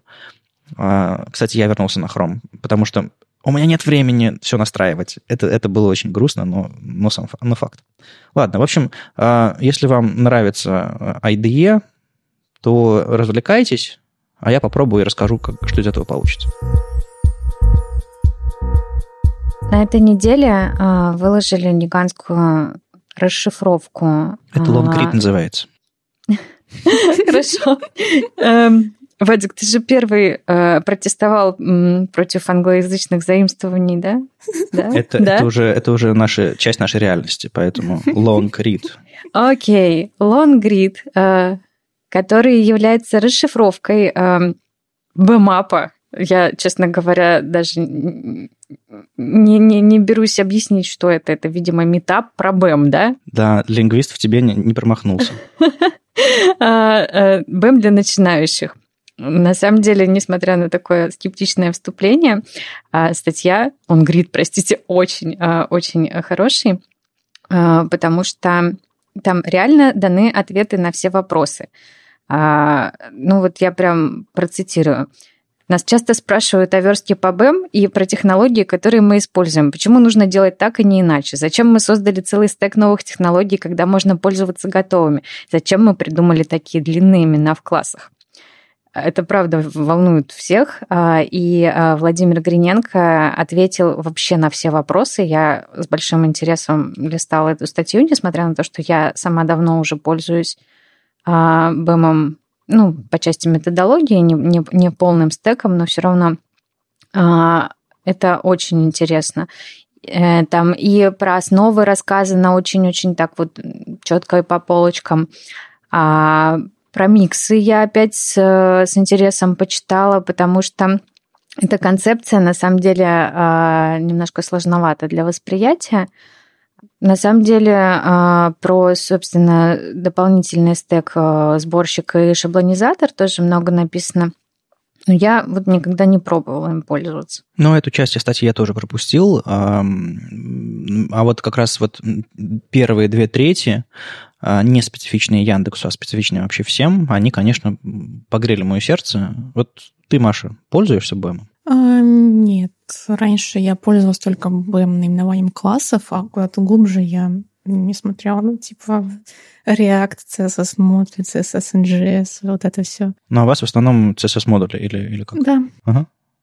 Кстати, я вернулся на Chrome, потому что у меня нет времени все настраивать. Это было очень грустно, но факт. Ладно, в общем, если вам нравится IDE, то развлекайтесь, а я попробую и расскажу, что из этого получится. На этой неделе выложили гигантскую расшифровку. Это лонгрид называется. Хорошо. Вадик, ты же первый протестовал против англоязычных заимствований, да? Это уже часть нашей реальности, поэтому long read. Окей, long read, который является расшифровкой BEMAP. Я, честно говоря, даже не берусь объяснить, что это. Это, видимо, митап про BEM, да? Да, лингвист в тебе не промахнулся. BEM для начинающих. На самом деле, несмотря на такое скептичное вступление, статья, очень хороший, потому что там реально даны ответы на все вопросы. Я прям процитирую. Нас часто спрашивают о верстке по BEM и про технологии, которые мы используем. Почему нужно делать так, а не иначе? Зачем мы создали целый стек новых технологий, когда можно пользоваться готовыми? Зачем мы придумали такие длинные имена в классах? Это, правда, волнует всех. И Владимир Гриненко ответил вообще на все вопросы. Я с большим интересом листала эту статью, несмотря на то, что я сама давно уже пользуюсь BEM, по части методологии, не полным стеком, но все равно это очень интересно. Там и про основы рассказано очень-очень так вот четко и по полочкам. Про миксы я опять с интересом почитала, потому что эта концепция на самом деле немножко сложновата для восприятия. На самом деле про, собственно, дополнительный стек, сборщик и шаблонизатор тоже много написано. Но я вот никогда не пробовала им пользоваться. Эту часть статьи я тоже пропустил. А вот как раз вот первые 2/3, не специфичные Яндексу, а специфичные вообще всем, они, конечно, погрели мое сердце. Вот ты, Маша, пользуешься BEM? Нет. Раньше я пользовалась только BEM наименованием классов, а куда-то глубже я не смотрела. React, CSS модули, CSS NGS, вот это все. А у вас в основном CSS модули или как? Да. Ага.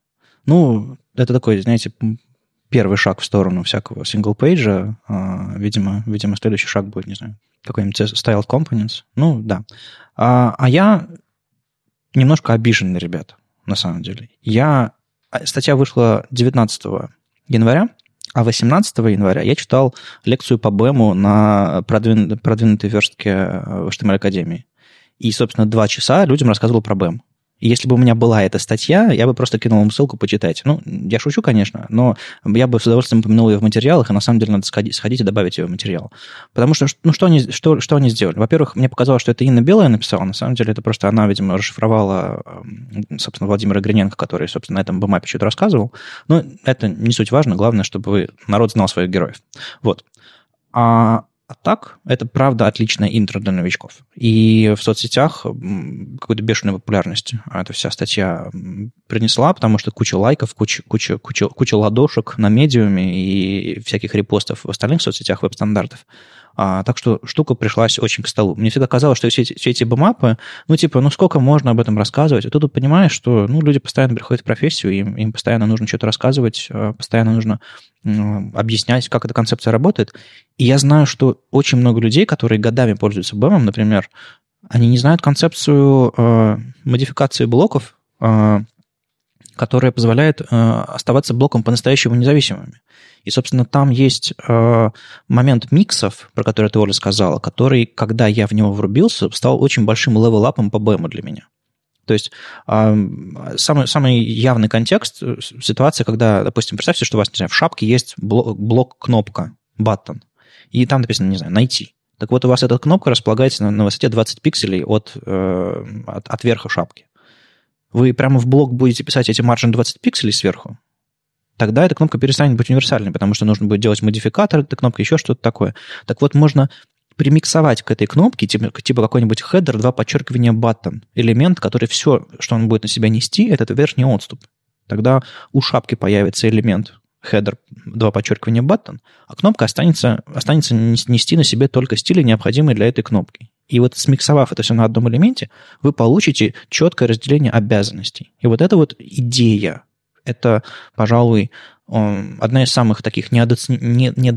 Это такой, знаете, первый шаг в сторону всякого single-page. Видимо, следующий шаг будет, не знаю, какой-нибудь style components. Да. А я немножко обижен на ребят, на самом деле. Статья вышла 19 января, а 18 января я читал лекцию по BEM на продвинутой верстке в HTML Академии. И, собственно, 2 часа людям рассказывал про BEM. И если бы у меня была эта статья, я бы просто кинул им ссылку, почитайте. Я шучу, конечно, но я бы с удовольствием упомянул ее в материалах, и на самом деле надо сходить и добавить ее в материал. Потому что, что они сделали? Во-первых, мне показалось, что это Инна Белая написала, на самом деле это просто она, видимо, расшифровала, собственно, Владимира Гриненко, который, собственно, на этом BEM что-то рассказывал. Но это не суть важно, главное, чтобы народ знал своих героев. Вот. А так, это, правда, отличное интро для новичков. И в соцсетях какую-то бешеную популярность эта вся статья принесла, потому что куча лайков, куча ладошек на медиуме и всяких репостов в остальных соцсетях веб-стандартов. Так что штука пришлась очень к столу. Мне всегда казалось, что все эти BEM-апы, сколько можно об этом рассказывать? А тут понимаешь, что люди постоянно приходят в профессию, им постоянно нужно что-то рассказывать, постоянно нужно объяснять, как эта концепция работает. И я знаю, что очень много людей, которые годами пользуются BEM, например, они не знают концепцию модификации блоков, которая позволяет оставаться блоком по-настоящему независимыми. И, собственно, там есть момент миксов, про который ты, Оля, сказала, который, когда я в него врубился, стал очень большим левел-апом по BEM для меня. То есть самый явный контекст – ситуация, когда, допустим, представьте, что у вас, не знаю, в шапке есть блок-кнопка, button, и там написано, не знаю, «найти». Так вот, у вас эта кнопка располагается на высоте 20 пикселей от верха шапки. Вы прямо в блок будете писать эти margin 20 пикселей сверху, тогда эта кнопка перестанет быть универсальной, потому что нужно будет делать модификатор этой кнопки, еще что-то такое. Так вот, можно примиксовать к этой кнопке, типа какой-нибудь header, 2 подчеркивания button, элемент, который все, что он будет на себя нести, это верхний отступ. Тогда у шапки появится элемент header, 2 подчеркивания button, а кнопка останется нести на себе только стили, необходимые для этой кнопки. И вот смиксовав это все на одном элементе, вы получите четкое разделение обязанностей. И вот эта вот идея, это, пожалуй, одна из самых таких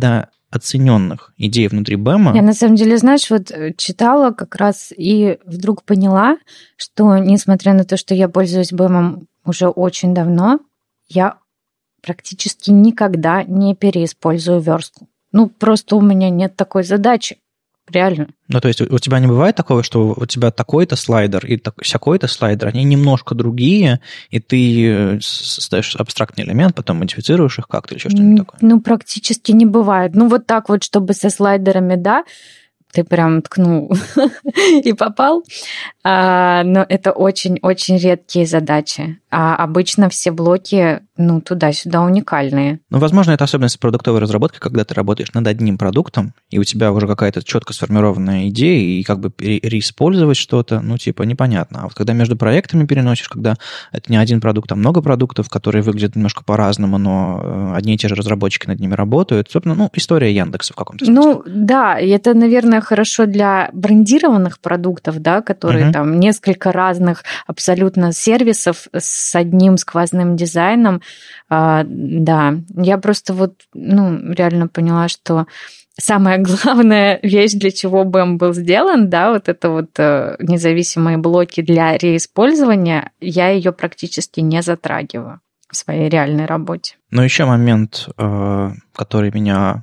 оцененных идей внутри BEM. Я на самом деле, знаешь, вот читала как раз и вдруг поняла, что несмотря на то, что я пользуюсь BEM уже очень давно, я практически никогда не переиспользую верстку. Просто у меня нет такой задачи. Реально. То есть у тебя не бывает такого, что у тебя такой-то слайдер и всякой-то слайдер, они немножко другие, и ты создаешь абстрактный элемент, потом модифицируешь их как-то или еще что-нибудь такое? Практически не бывает. Вот так вот, чтобы со слайдерами, да, ты прям ткнул и попал. Но это очень-очень редкие задачи. А обычно все блоки, туда-сюда уникальные. Возможно, это особенность продуктовой разработки, когда ты работаешь над одним продуктом, и у тебя уже какая-то четко сформированная идея, и как бы реиспользовать что-то, непонятно. А вот когда между проектами переносишь, когда это не один продукт, а много продуктов, которые выглядят немножко по-разному, но одни и те же разработчики над ними работают, собственно, история Яндекса в каком-то смысле. Да, и это, наверное, хорошо для брендированных продуктов, да, которые там несколько разных абсолютно сервисов с одним сквозным дизайном. Да, я просто реально поняла, что самая главная вещь, для чего BEM был сделан, да, вот это независимые блоки для реиспользования, я ее практически не затрагиваю в своей реальной работе. Но еще момент, который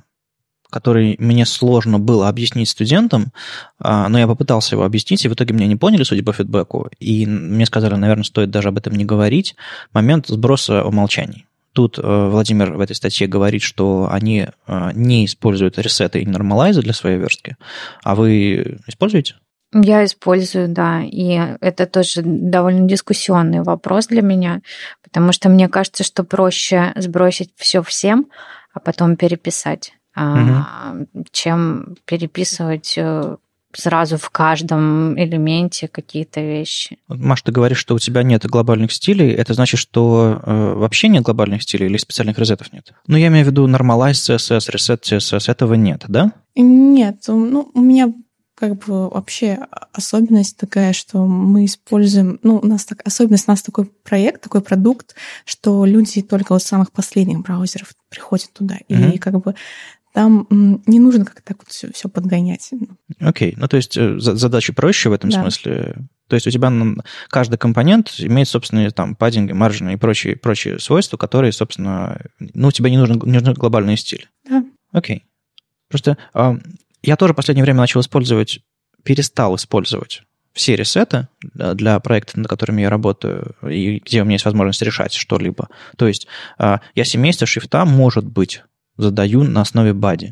мне сложно было объяснить студентам, но я попытался его объяснить, и в итоге меня не поняли, судя по фидбэку, и мне сказали, наверное, стоит даже об этом не говорить, момент сброса умолчаний. Тут Владимир в этой статье говорит, что они не используют ресеты и нормалайзы для своей верстки, а вы используете? Я использую, да, и это тоже довольно дискуссионный вопрос для меня, потому что мне кажется, что проще сбросить все всем, а потом переписать. Чем переписывать сразу в каждом элементе какие-то вещи. Маш, ты говоришь, что у тебя нет глобальных стилей. Это значит, что вообще нет глобальных стилей или специальных резетов нет? Я имею в виду Normalize CSS, Reset CSS. Этого нет, да? Нет. У меня вообще особенность такая, что мы используем... особенность у нас такой проект, такой продукт, что люди только с самых последних браузеров приходят туда. И там не нужно как-то так все подгонять. Окей. То есть задача проще в этом смысле. То есть у тебя каждый компонент имеет собственные паддинги, маржины и прочие свойства, которые, собственно, тебе не нужны глобальные стили. Да. Окей. Просто я тоже в последнее время перестал использовать все ресеты для проекта, над которыми я работаю, и где у меня есть возможность решать что-либо. То есть я семейство шрифта, может быть, задаю на основе бади.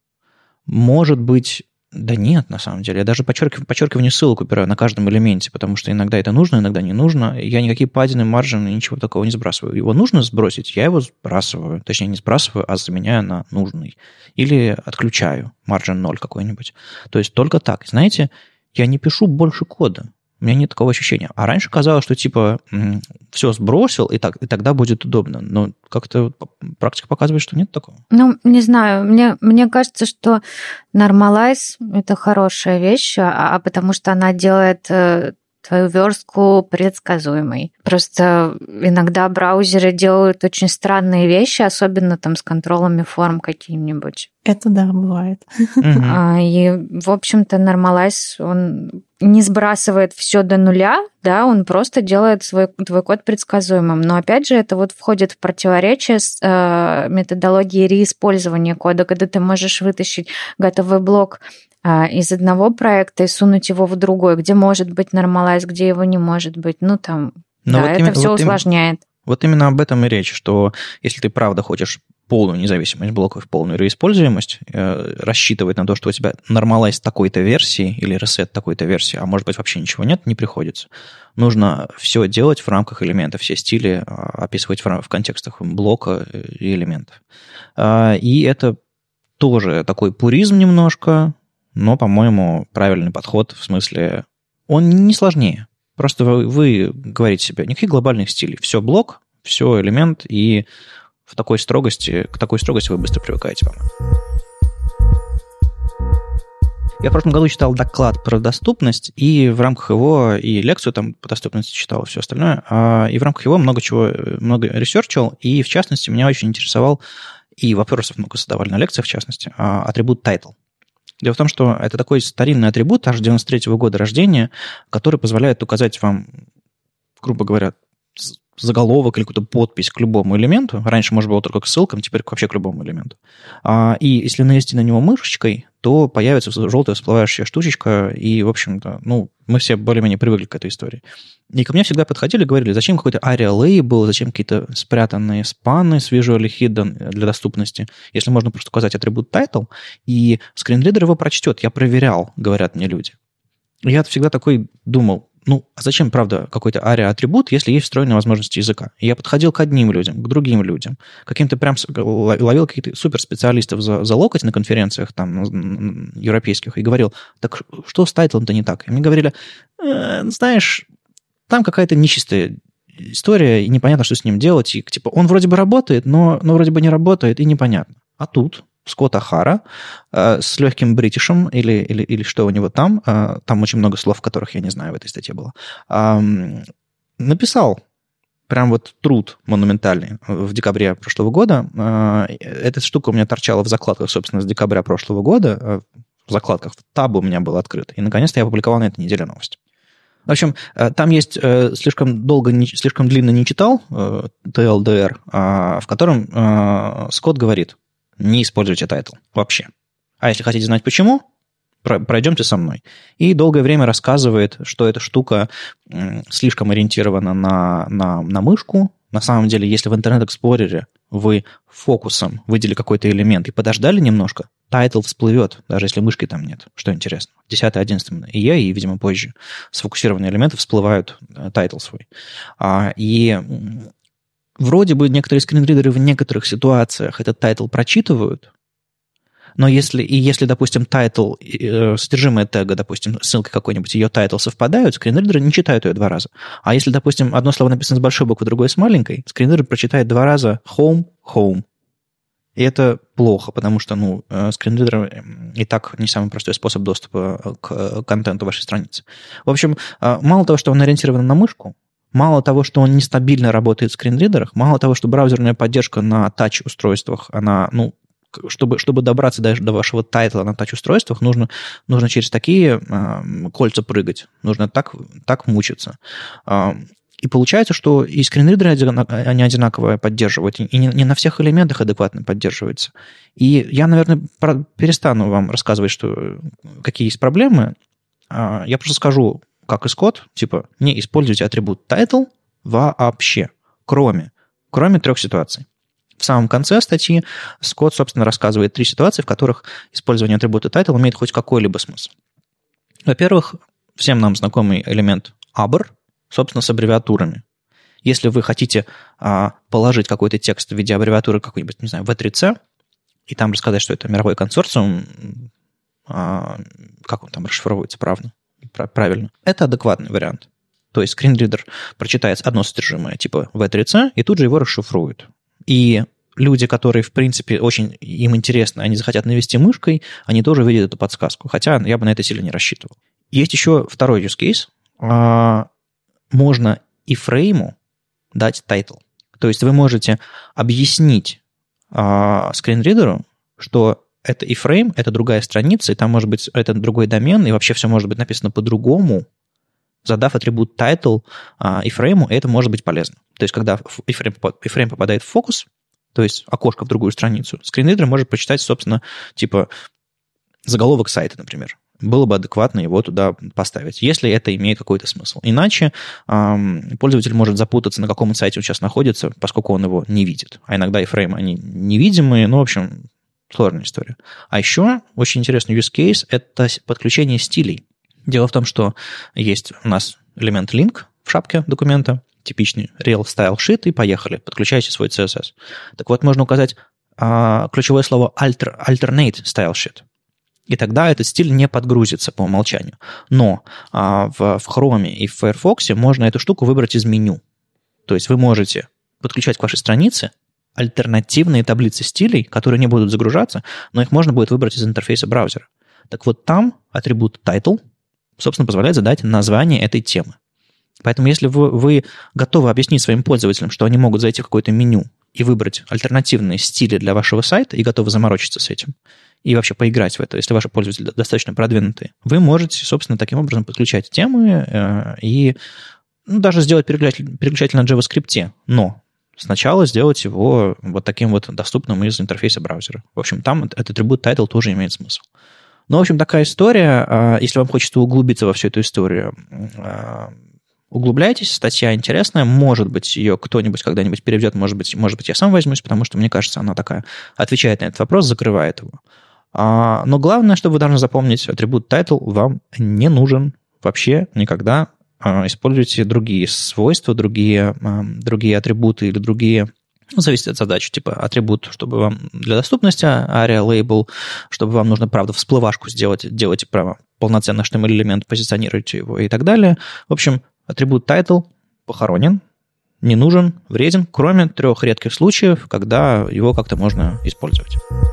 Может быть, да нет, на самом деле. Я даже подчеркивание ссылок упираю на каждом элементе, потому что иногда это нужно, иногда не нужно. Я никакие паддины, маржины, ничего такого не сбрасываю. Его нужно сбросить, я его сбрасываю. Точнее, не сбрасываю, а заменяю на нужный. Или отключаю маржин 0 какой-нибудь. То есть только так. Знаете, я не пишу больше кода. У меня нет такого ощущения. А раньше казалось, что все сбросил, и тогда будет удобно. Но как-то практика показывает, что нет такого. Не знаю. Мне кажется, что Normalize – это хорошая вещь, потому что она делает твою верстку предсказуемой. Просто иногда браузеры делают очень странные вещи, особенно с контролами форм какими-нибудь. Это да, бывает. И, в общем-то, Normalize, он не сбрасывает все до нуля, да, он просто делает твой код предсказуемым. Но, опять же, это входит в противоречие с методологией реиспользования кода, когда ты можешь вытащить готовый блок из одного проекта и сунуть его в другой, где может быть Normalize, где его не может быть. Это все усложняет. Вот именно об этом и речь, что если ты правда хочешь полную независимость блоков, полную реиспользуемость, рассчитывать на то, что у тебя Normalize такой-то версии или Reset такой-то версии, а может быть вообще ничего нет, не приходится. Нужно все делать в рамках элементов, все стили описывать в контекстах блока и элементов. И это тоже такой пуризм немножко, но, по-моему, правильный подход, в смысле, он не сложнее. Просто вы говорите себе, никаких глобальных стилей. Все блок, все элемент, и к такой строгости вы быстро привыкаете, по-моему. Я в прошлом году читал доклад про доступность, и в рамках его, и лекцию там по доступности читал, все остальное, и в рамках его много ресерчил, и в частности меня очень интересовал и вопросов много задавали на лекциях, в частности, атрибут title. Дело в том, что это такой старинный атрибут аж 93-го года рождения, который позволяет указать вам, грубо говоря, заголовок или какую-то подпись к любому элементу. Раньше можно было только к ссылкам, теперь вообще к любому элементу. И если навести на него мышечкой, то появится желтая всплывающая штучечка, и, в общем-то, мы все более-менее привыкли к этой истории. И ко мне всегда подходили и говорили, зачем какой-то ARIA label, зачем какие-то спрятанные спаны с visually hidden для доступности, если можно просто указать атрибут title, и скринридер его прочтет. Я проверял, говорят мне люди. Я всегда такой думал, а зачем, правда, какой-то ARIA-атрибут, если есть встроенные возможности языка? И я подходил к одним людям, к другим людям, каким-то прям ловил каких-то суперспециалистов за локоть на конференциях там европейских и говорил, так что с тайтлом-то не так? И мне говорили, знаешь, там какая-то нечистая история, и непонятно, что с ним делать. И, типа, он вроде бы работает, но вроде бы не работает, и непонятно. А тут Скотт О'Хара с легким бритишем, или что у него там очень много слов, которых я не знаю, в этой статье было, написал прям вот труд монументальный в декабре прошлого года. Эта штука у меня торчала в закладках, собственно, с декабря прошлого года. В закладках таб у меня был открыт. И, наконец-то, я опубликовал на этой неделе новость. В общем, там есть слишком длинно не читал TLDR, в котором Скотт говорит, не используйте тайтл вообще. А если хотите знать почему, пройдемте со мной. И долгое время рассказывает, что эта штука слишком ориентирована на мышку. На самом деле, если в Интернет-эксплорере вы фокусом выделили какой-то элемент и подождали немножко, тайтл всплывет, даже если мышки там нет. Что интересно. 10-11 IE и, видимо, позже сфокусированные элементы всплывают тайтл свой. И вроде бы некоторые скринридеры в некоторых ситуациях этот тайтл прочитывают, но если, допустим, тайтл, содержимое тега, допустим, ссылка какой-нибудь, ее тайтл совпадают, скринридеры не читают ее 2 раза. А если, допустим, одно слово написано с большой буквы, другое с маленькой, скринридер прочитает 2 раза home. И это плохо, потому что, скринридер и так не самый простой способ доступа к контенту вашей страницы. В общем, мало того, что он ориентирован на мышку, мало того, что он нестабильно работает в скринридерах, мало того, что браузерная поддержка на тач-устройствах, она, чтобы добраться даже до вашего тайтла на тач-устройствах, нужно через такие кольца прыгать, нужно так мучиться. И получается, что и скринридеры они одинаково поддерживают, и не на всех элементах адекватно поддерживается. И я, наверное, перестану вам рассказывать, какие есть проблемы. Я просто скажу, как и Скотт, не используйте атрибут title вообще, кроме 3 ситуаций. В самом конце статьи Скотт, собственно, рассказывает 3 ситуации, в которых использование атрибута title имеет хоть какой-либо смысл. Во-первых, всем нам знакомый элемент abr, собственно, с аббревиатурами. Если вы хотите положить какой-то текст в виде аббревиатуры какой-нибудь, не знаю, V3C, и там рассказать, что это мировой консорциум, как он там расшифровывается правильно, это адекватный вариант. То есть скринридер прочитает одно содержимое типа V3C и тут же его расшифрует. И люди, которые, в принципе, очень им интересно, они захотят навести мышкой, они тоже видят эту подсказку. Хотя я бы на это сильно не рассчитывал. Есть еще второй use case. Можно и фрейму дать title. То есть вы можете объяснить скринридеру, что это iframe, это другая страница, и там может быть это другой домен, и вообще все может быть написано по-другому, задав атрибут title iframe, это может быть полезно. То есть, когда iframe попадает в фокус, то есть окошко в другую страницу, скринридер может прочитать, собственно, заголовок сайта, например. Было бы адекватно его туда поставить, если это имеет какой-то смысл. Иначе пользователь может запутаться, на каком сайте он сейчас находится, поскольку он его не видит. А иногда iframe, они невидимые, в общем, сложная история. А еще очень интересный use case – это подключение стилей. Дело в том, что есть у нас элемент link в шапке документа, типичный real style sheet, и поехали, подключайте свой CSS. Так вот, можно указать ключевое слово alternate style sheet. И тогда этот стиль не подгрузится по умолчанию. Но в Chrome и в Firefox можно эту штуку выбрать из меню. То есть вы можете подключать к вашей странице альтернативные таблицы стилей, которые не будут загружаться, но их можно будет выбрать из интерфейса браузера. Так вот там атрибут title, собственно, позволяет задать название этой темы. Поэтому если вы готовы объяснить своим пользователям, что они могут зайти в какое-то меню и выбрать альтернативные стили для вашего сайта и готовы заморочиться с этим, и вообще поиграть в это, если ваши пользователи достаточно продвинутые, вы можете, собственно, таким образом подключать темы и даже сделать переключатель на JavaScript, но сначала сделать его вот таким вот доступным из интерфейса браузера. В общем, там этот атрибут title тоже имеет смысл. Ну, в общем, такая история. Если вам хочется углубиться во всю эту историю, углубляйтесь, статья интересная, может быть, ее кто-нибудь когда-нибудь переведет, может быть, я сам возьмусь, потому что, мне кажется, она такая отвечает на этот вопрос, закрывает его. Но главное, что вы должны запомнить, атрибут title вам не нужен вообще никогда. Используйте другие свойства, другие атрибуты или другие, зависит от задачи, типа атрибут, чтобы вам для доступности ARIA label, чтобы вам нужно, правда, всплывашку сделать, делайте прямо полноценный HTML-элемент, позиционируйте его и так далее. В общем, атрибут title похоронен, не нужен, вреден, кроме 3 редких случаев, когда его как-то можно использовать.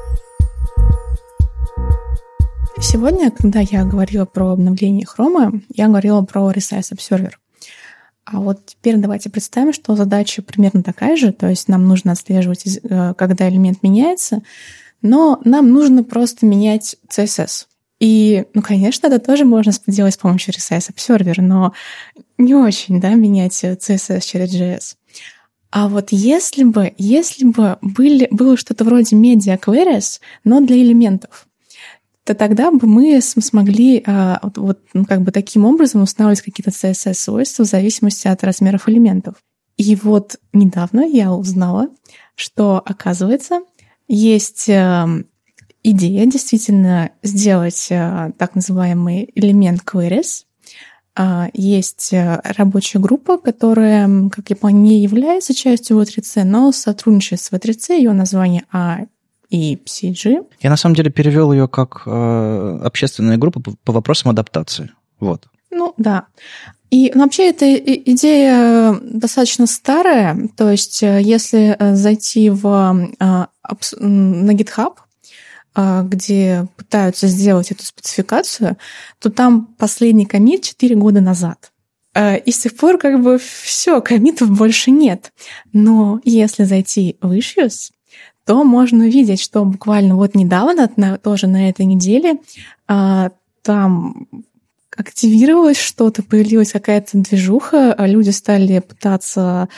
Сегодня, когда я говорила про обновление Chrome, я говорила про Resize Observer. А вот теперь давайте представим, что задача примерно такая же, то есть нам нужно отслеживать, когда элемент меняется, но нам нужно просто менять CSS. И, конечно, это тоже можно сделать с помощью Resize Observer, но не очень, менять CSS через JS. А вот если бы было что-то вроде media queries, но для элементов, то тогда бы мы смогли таким образом устанавливать какие-то CSS-свойства в зависимости от размеров элементов. И вот недавно я узнала, что, оказывается, есть идея действительно сделать так называемый элемент queries. Есть рабочая группа, которая, как я понимаю, не является частью W3C, но сотрудничает с W3C, ее название и CG. Я на самом деле перевел ее как общественная группа по вопросам адаптации. Вот. Да. И вообще эта идея достаточно старая. То есть если зайти на GitHub, где пытаются сделать эту спецификацию, то там последний коммит 4 года назад. И с тех пор все, коммитов больше нет. Но если зайти в Issues, то можно увидеть, что буквально недавно, тоже на этой неделе, там активировалось что-то, появилась какая-то движуха, люди стали пытаться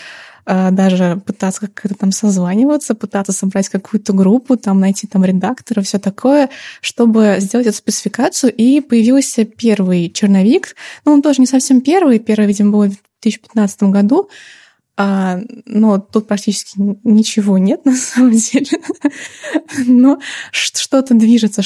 как-то там созваниваться, пытаться собрать какую-то группу, найти редактора, все такое, чтобы сделать эту спецификацию, и появился первый черновик. Он тоже не совсем первый, видимо, был в 2015 году, но тут практически ничего нет, на самом деле. Но что-то движется.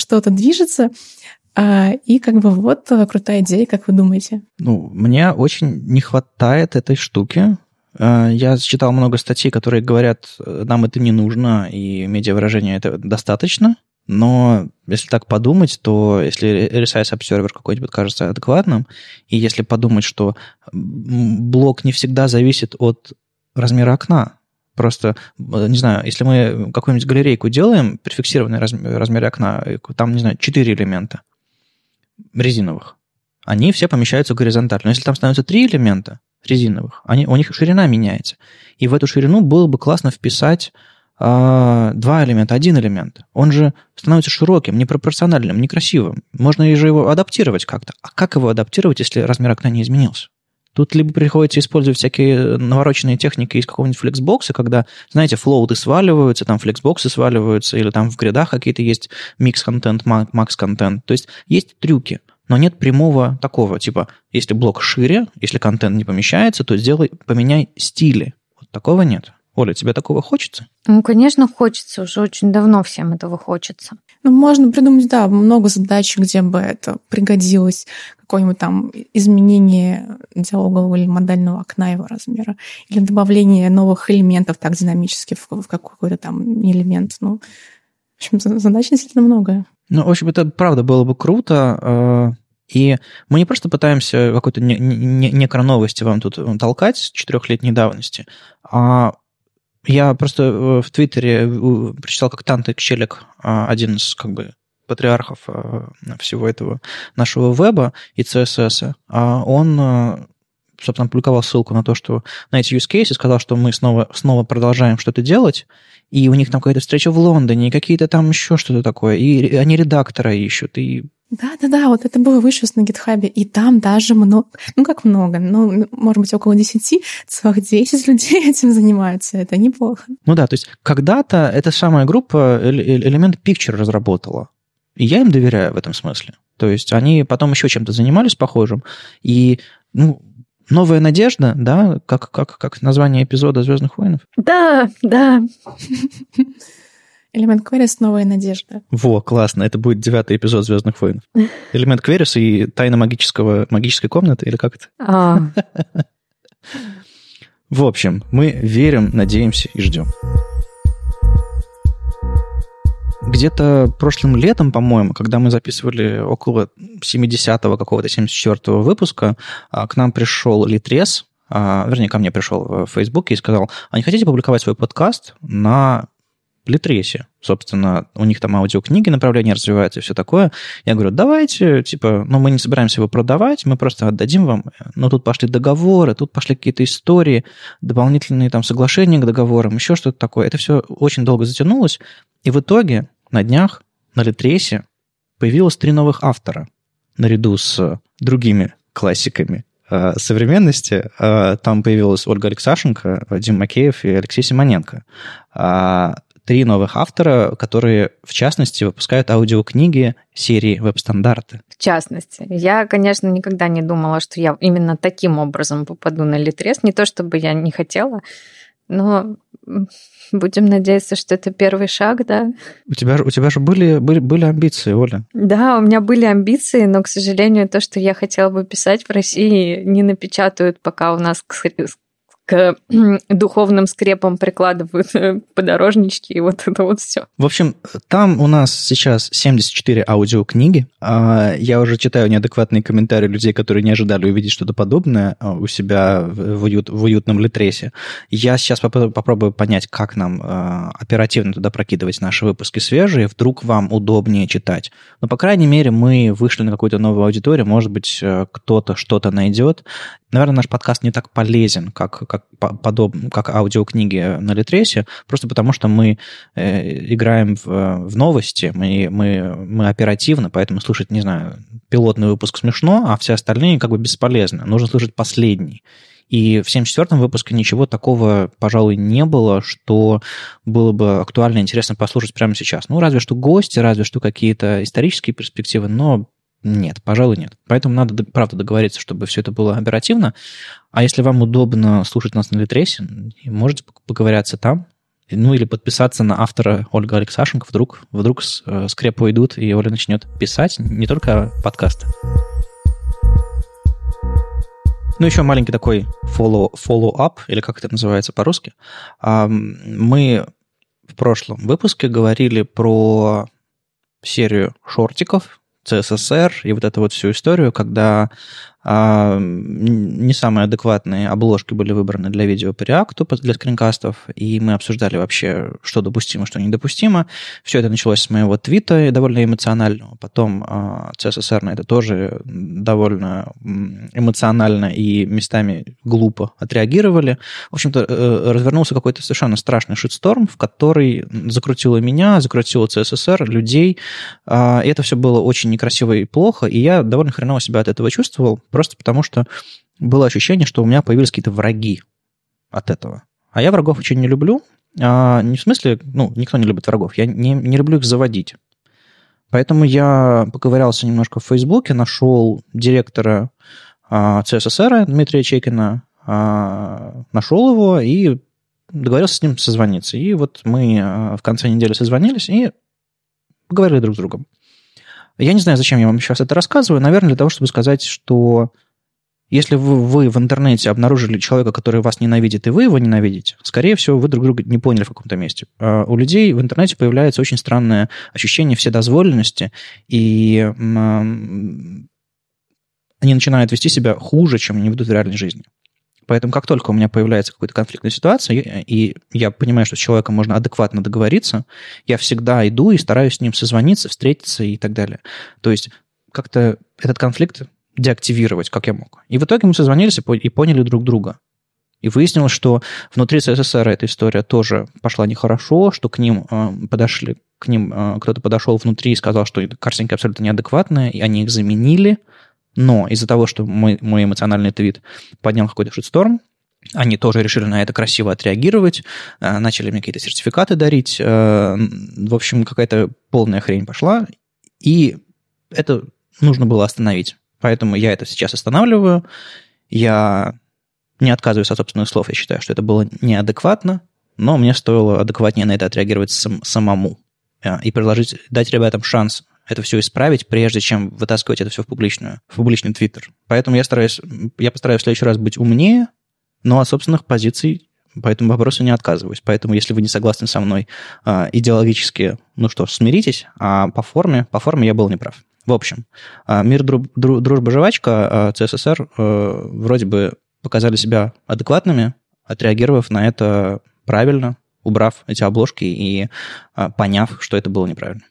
И крутая идея, как вы думаете? Мне очень не хватает этой штуки. Я читал много статей, которые говорят, нам это не нужно, и медиавыражения это достаточно. Но если так подумать, то если Resize Observer какой-нибудь кажется адекватным, и если подумать, что блок не всегда зависит от размера окна, просто, не знаю, если мы какую-нибудь галерейку делаем, префиксированный размер окна, там, не знаю, 4 элемента резиновых, они все помещаются горизонтально. Но если там становится 3 элемента резиновых, у них ширина меняется. И в эту ширину было бы классно вписать 2 элемента, 1 элемент. Он же становится широким, непропорциональным, некрасивым. Можно же его адаптировать как-то. А как его адаптировать, если размер окна не изменился? Тут либо приходится использовать всякие навороченные техники из какого-нибудь флексбокса, когда, знаете, флоуты сваливаются, там флексбоксы сваливаются, или там в гридах какие-то есть микс-контент, макс-контент. То есть есть трюки, но нет прямого такого, типа, если блок шире, если контент не помещается, то поменяй стили. Вот такого нет. Оля, тебе такого хочется? Конечно, хочется. Уже очень давно всем этого хочется. Можно придумать, много задач, где бы это пригодилось, какое-нибудь изменение диалогового или модального окна его размера, или добавление новых элементов так динамически в какой-то элемент. В общем, задач действительно много. В общем, это правда было бы круто. И мы не просто пытаемся какой-то некроновости вам тут толкать с 4-летней давности, а я просто в Твиттере прочитал, как Тантек Челик, один из патриархов всего этого нашего веба и CSS, он собственно, опубликовал ссылку на то, что на эти use cases, сказал, что мы снова продолжаем что-то делать, и у них там какая-то встреча в Лондоне, и какие-то там еще что-то такое, и они редактора ищут, и... Да, вот это было выше на GitHub, и там даже много, может быть, около 10, целых 10 людей этим занимаются, это неплохо. Ну да, то есть когда-то эта самая группа Element Picture разработала, и я им доверяю в этом смысле. То есть они потом еще чем-то занимались похожим, и, «Новая надежда», да, как название эпизода «Звездных войн». Да. Element Queries «Новая надежда». Во, классно, это будет 9-й эпизод «Звездных войн». Element Queries и тайна магической комнаты, или как это? В общем, мы верим, надеемся и ждем. Где-то прошлым летом, по-моему, когда мы записывали около 70-го какого-то 74-го выпуска, к нам пришел Литрес, вернее, ко мне пришел в Фейсбуке и сказал, а не хотите публиковать свой подкаст на Литресе? Собственно, у них там аудиокниги, направления развиваются и все такое. Я говорю, давайте, мы не собираемся его продавать, мы просто отдадим вам. Но тут пошли договоры, тут пошли какие-то истории, дополнительные там соглашения к договорам, еще что-то такое. Это все очень долго затянулось. И в итоге на днях на Литресе появилось 3 новых автора наряду с другими классиками современности. Там появилась Ольга Алексашенко, Вадим Макеев и Алексей Симоненко. 3 новых автора, которые, в частности, выпускают аудиокниги серии «Веб-стандарты». В частности. Я, конечно, никогда не думала, что я именно таким образом попаду на Литрес. Не то, чтобы я не хотела, но будем надеяться, что это первый шаг, да. У тебя же были амбиции, Оля. Да, у меня были амбиции, но, к сожалению, то, что я хотела бы писать в России, не напечатают, пока у нас к духовным скрепам прикладывают подорожнички, и вот это вот все. В общем, там у нас сейчас 74 аудиокниги. Я уже читаю неадекватные комментарии людей, которые не ожидали увидеть что-то подобное у себя в уютном Литресе. Я сейчас попробую понять, как нам оперативно туда прокидывать наши выпуски свежие. Вдруг вам удобнее читать. Но, по крайней мере, мы вышли на какую-то новую аудиторию. Может быть, кто-то что-то найдет. Наверное, наш подкаст не так полезен, как аудиокниги на Литресе, просто потому что мы играем в новости, мы оперативно, поэтому слушать, не знаю, пилотный выпуск смешно, а все остальные как бы бесполезно. Нужно слушать последний. И в 74-м выпуске ничего такого, пожалуй, не было, что было бы актуально и интересно послушать прямо сейчас. Разве что гости, разве что какие-то исторические перспективы, но нет, пожалуй, нет. Поэтому надо, правда, договориться, чтобы все это было оперативно. А если вам удобно слушать нас на Литресе, можете поговориться там, или подписаться на автора Ольга Алексашенко. Вдруг скрепы уйдут, и Оля начнет писать не только подкасты. Еще маленький такой follow-up, или как это называется по-русски. Мы в прошлом выпуске говорили про серию шортиков, CSSR и вот эту вот всю историю, когда не самые адекватные обложки были выбраны для видео по React, для скринкастов, и мы обсуждали вообще, что допустимо, что недопустимо. Все это началось с моего твита, довольно эмоционального. Потом CSSR на это тоже довольно эмоционально и местами глупо отреагировали. В общем-то, развернулся какой-то совершенно страшный шитсторм, в который закрутило меня, закрутило CSSR, людей. И это все было очень некрасиво и плохо, и я довольно хреново себя от этого чувствовал, просто потому что было ощущение, что у меня появились какие-то враги от этого. А я врагов очень не люблю. Не в смысле, никто не любит врагов. Я не люблю их заводить. Поэтому я поковырялся немножко в Фейсбуке, нашел директора CSSR Дмитрия Чекина, нашел его и договорился с ним созвониться. И вот мы в конце недели созвонились и поговорили друг с другом. Я не знаю, зачем я вам сейчас это рассказываю. Наверное, для того, чтобы сказать, что если вы в интернете обнаружили человека, который вас ненавидит, и вы его ненавидите, скорее всего, вы друг друга не поняли в каком-то месте. У людей в интернете появляется очень странное ощущение вседозволенности, и они начинают вести себя хуже, чем они ведут в реальной жизни. Поэтому как только у меня появляется какая-то конфликтная ситуация, и я понимаю, что с человеком можно адекватно договориться, я всегда иду и стараюсь с ним созвониться, встретиться и так далее. То есть как-то этот конфликт деактивировать, как я мог. И в итоге мы созвонились и поняли друг друга. И выяснилось, что внутри ЦССР эта история тоже пошла нехорошо, что к ним кто-то подошел внутри и сказал, что картинки абсолютно неадекватные, и они их заменили. Но из-за того, что мой эмоциональный твит поднял какой-то шитсторм, они тоже решили на это красиво отреагировать, начали мне какие-то сертификаты дарить. В общем, какая-то полная хрень пошла, и это нужно было остановить. Поэтому я это сейчас останавливаю. Я не отказываюсь от собственных слов. Я считаю, что это было неадекватно, но мне стоило адекватнее на это отреагировать самому и дать ребятам шанс это все исправить, прежде чем вытаскивать это все в публичный твиттер. Поэтому я постараюсь в следующий раз быть умнее, но от собственных позиций по этому вопросу не отказываюсь. Поэтому, если вы не согласны со мной идеологически, смиритесь, а по форме я был неправ. В общем, мир, дружба, жвачка, ЦССР вроде бы показали себя адекватными, отреагировав на это правильно, убрав эти обложки и поняв, что это было неправильно.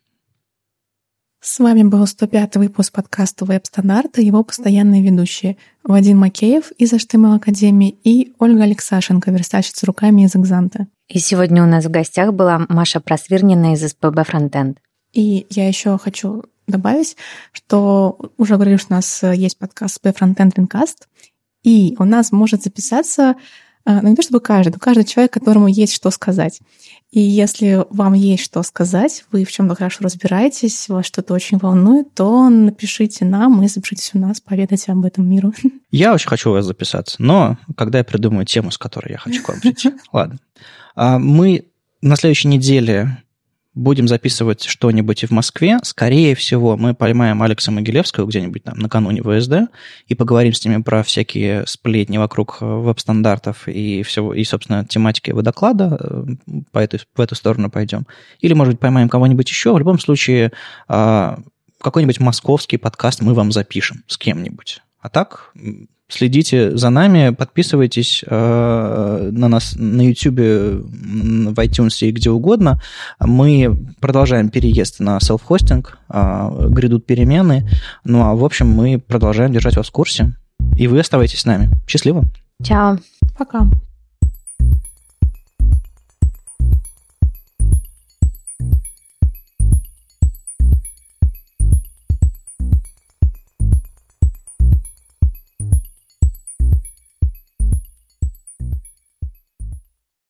С вами был 105-й выпуск подкаста «Веб-стандарты», его постоянные ведущие Вадим Макеев из HTML Академии и Ольга Алексашенко, верстальщица руками из Экзанта. И сегодня у нас в гостях была Маша Просвирнина из СПБ Фронтенд. И я еще хочу добавить, что уже говорили, что у нас есть подкаст СПБ Фронтенд Винкаст, и у нас может записаться, не то чтобы каждый человек, которому есть что сказать. И если вам есть что сказать, вы в чем-то хорошо разбираетесь, вас что-то очень волнует, то напишите нам и запишитесь у нас, поведайте об этом миру. Я очень хочу у вас записаться, но когда я придумаю тему, с которой я хочу к вам прийти. Ладно. Мы на следующей неделе будем записывать что-нибудь и в Москве. Скорее всего, мы поймаем Алекса Могилевского где-нибудь там накануне ВСД и поговорим с ними про всякие сплетни вокруг веб-стандартов и всего, и, собственно, тематики его доклада. В эту сторону пойдем. Или, может быть, поймаем кого-нибудь еще. В любом случае, какой-нибудь московский подкаст мы вам запишем с кем-нибудь. А так, следите за нами, подписывайтесь на нас на YouTube, в iTunes и где угодно. Мы продолжаем переезд на селф-хостинг, грядут перемены. Ну, а в общем, мы продолжаем держать вас в курсе. И вы оставайтесь с нами. Счастливо. Чао. Пока.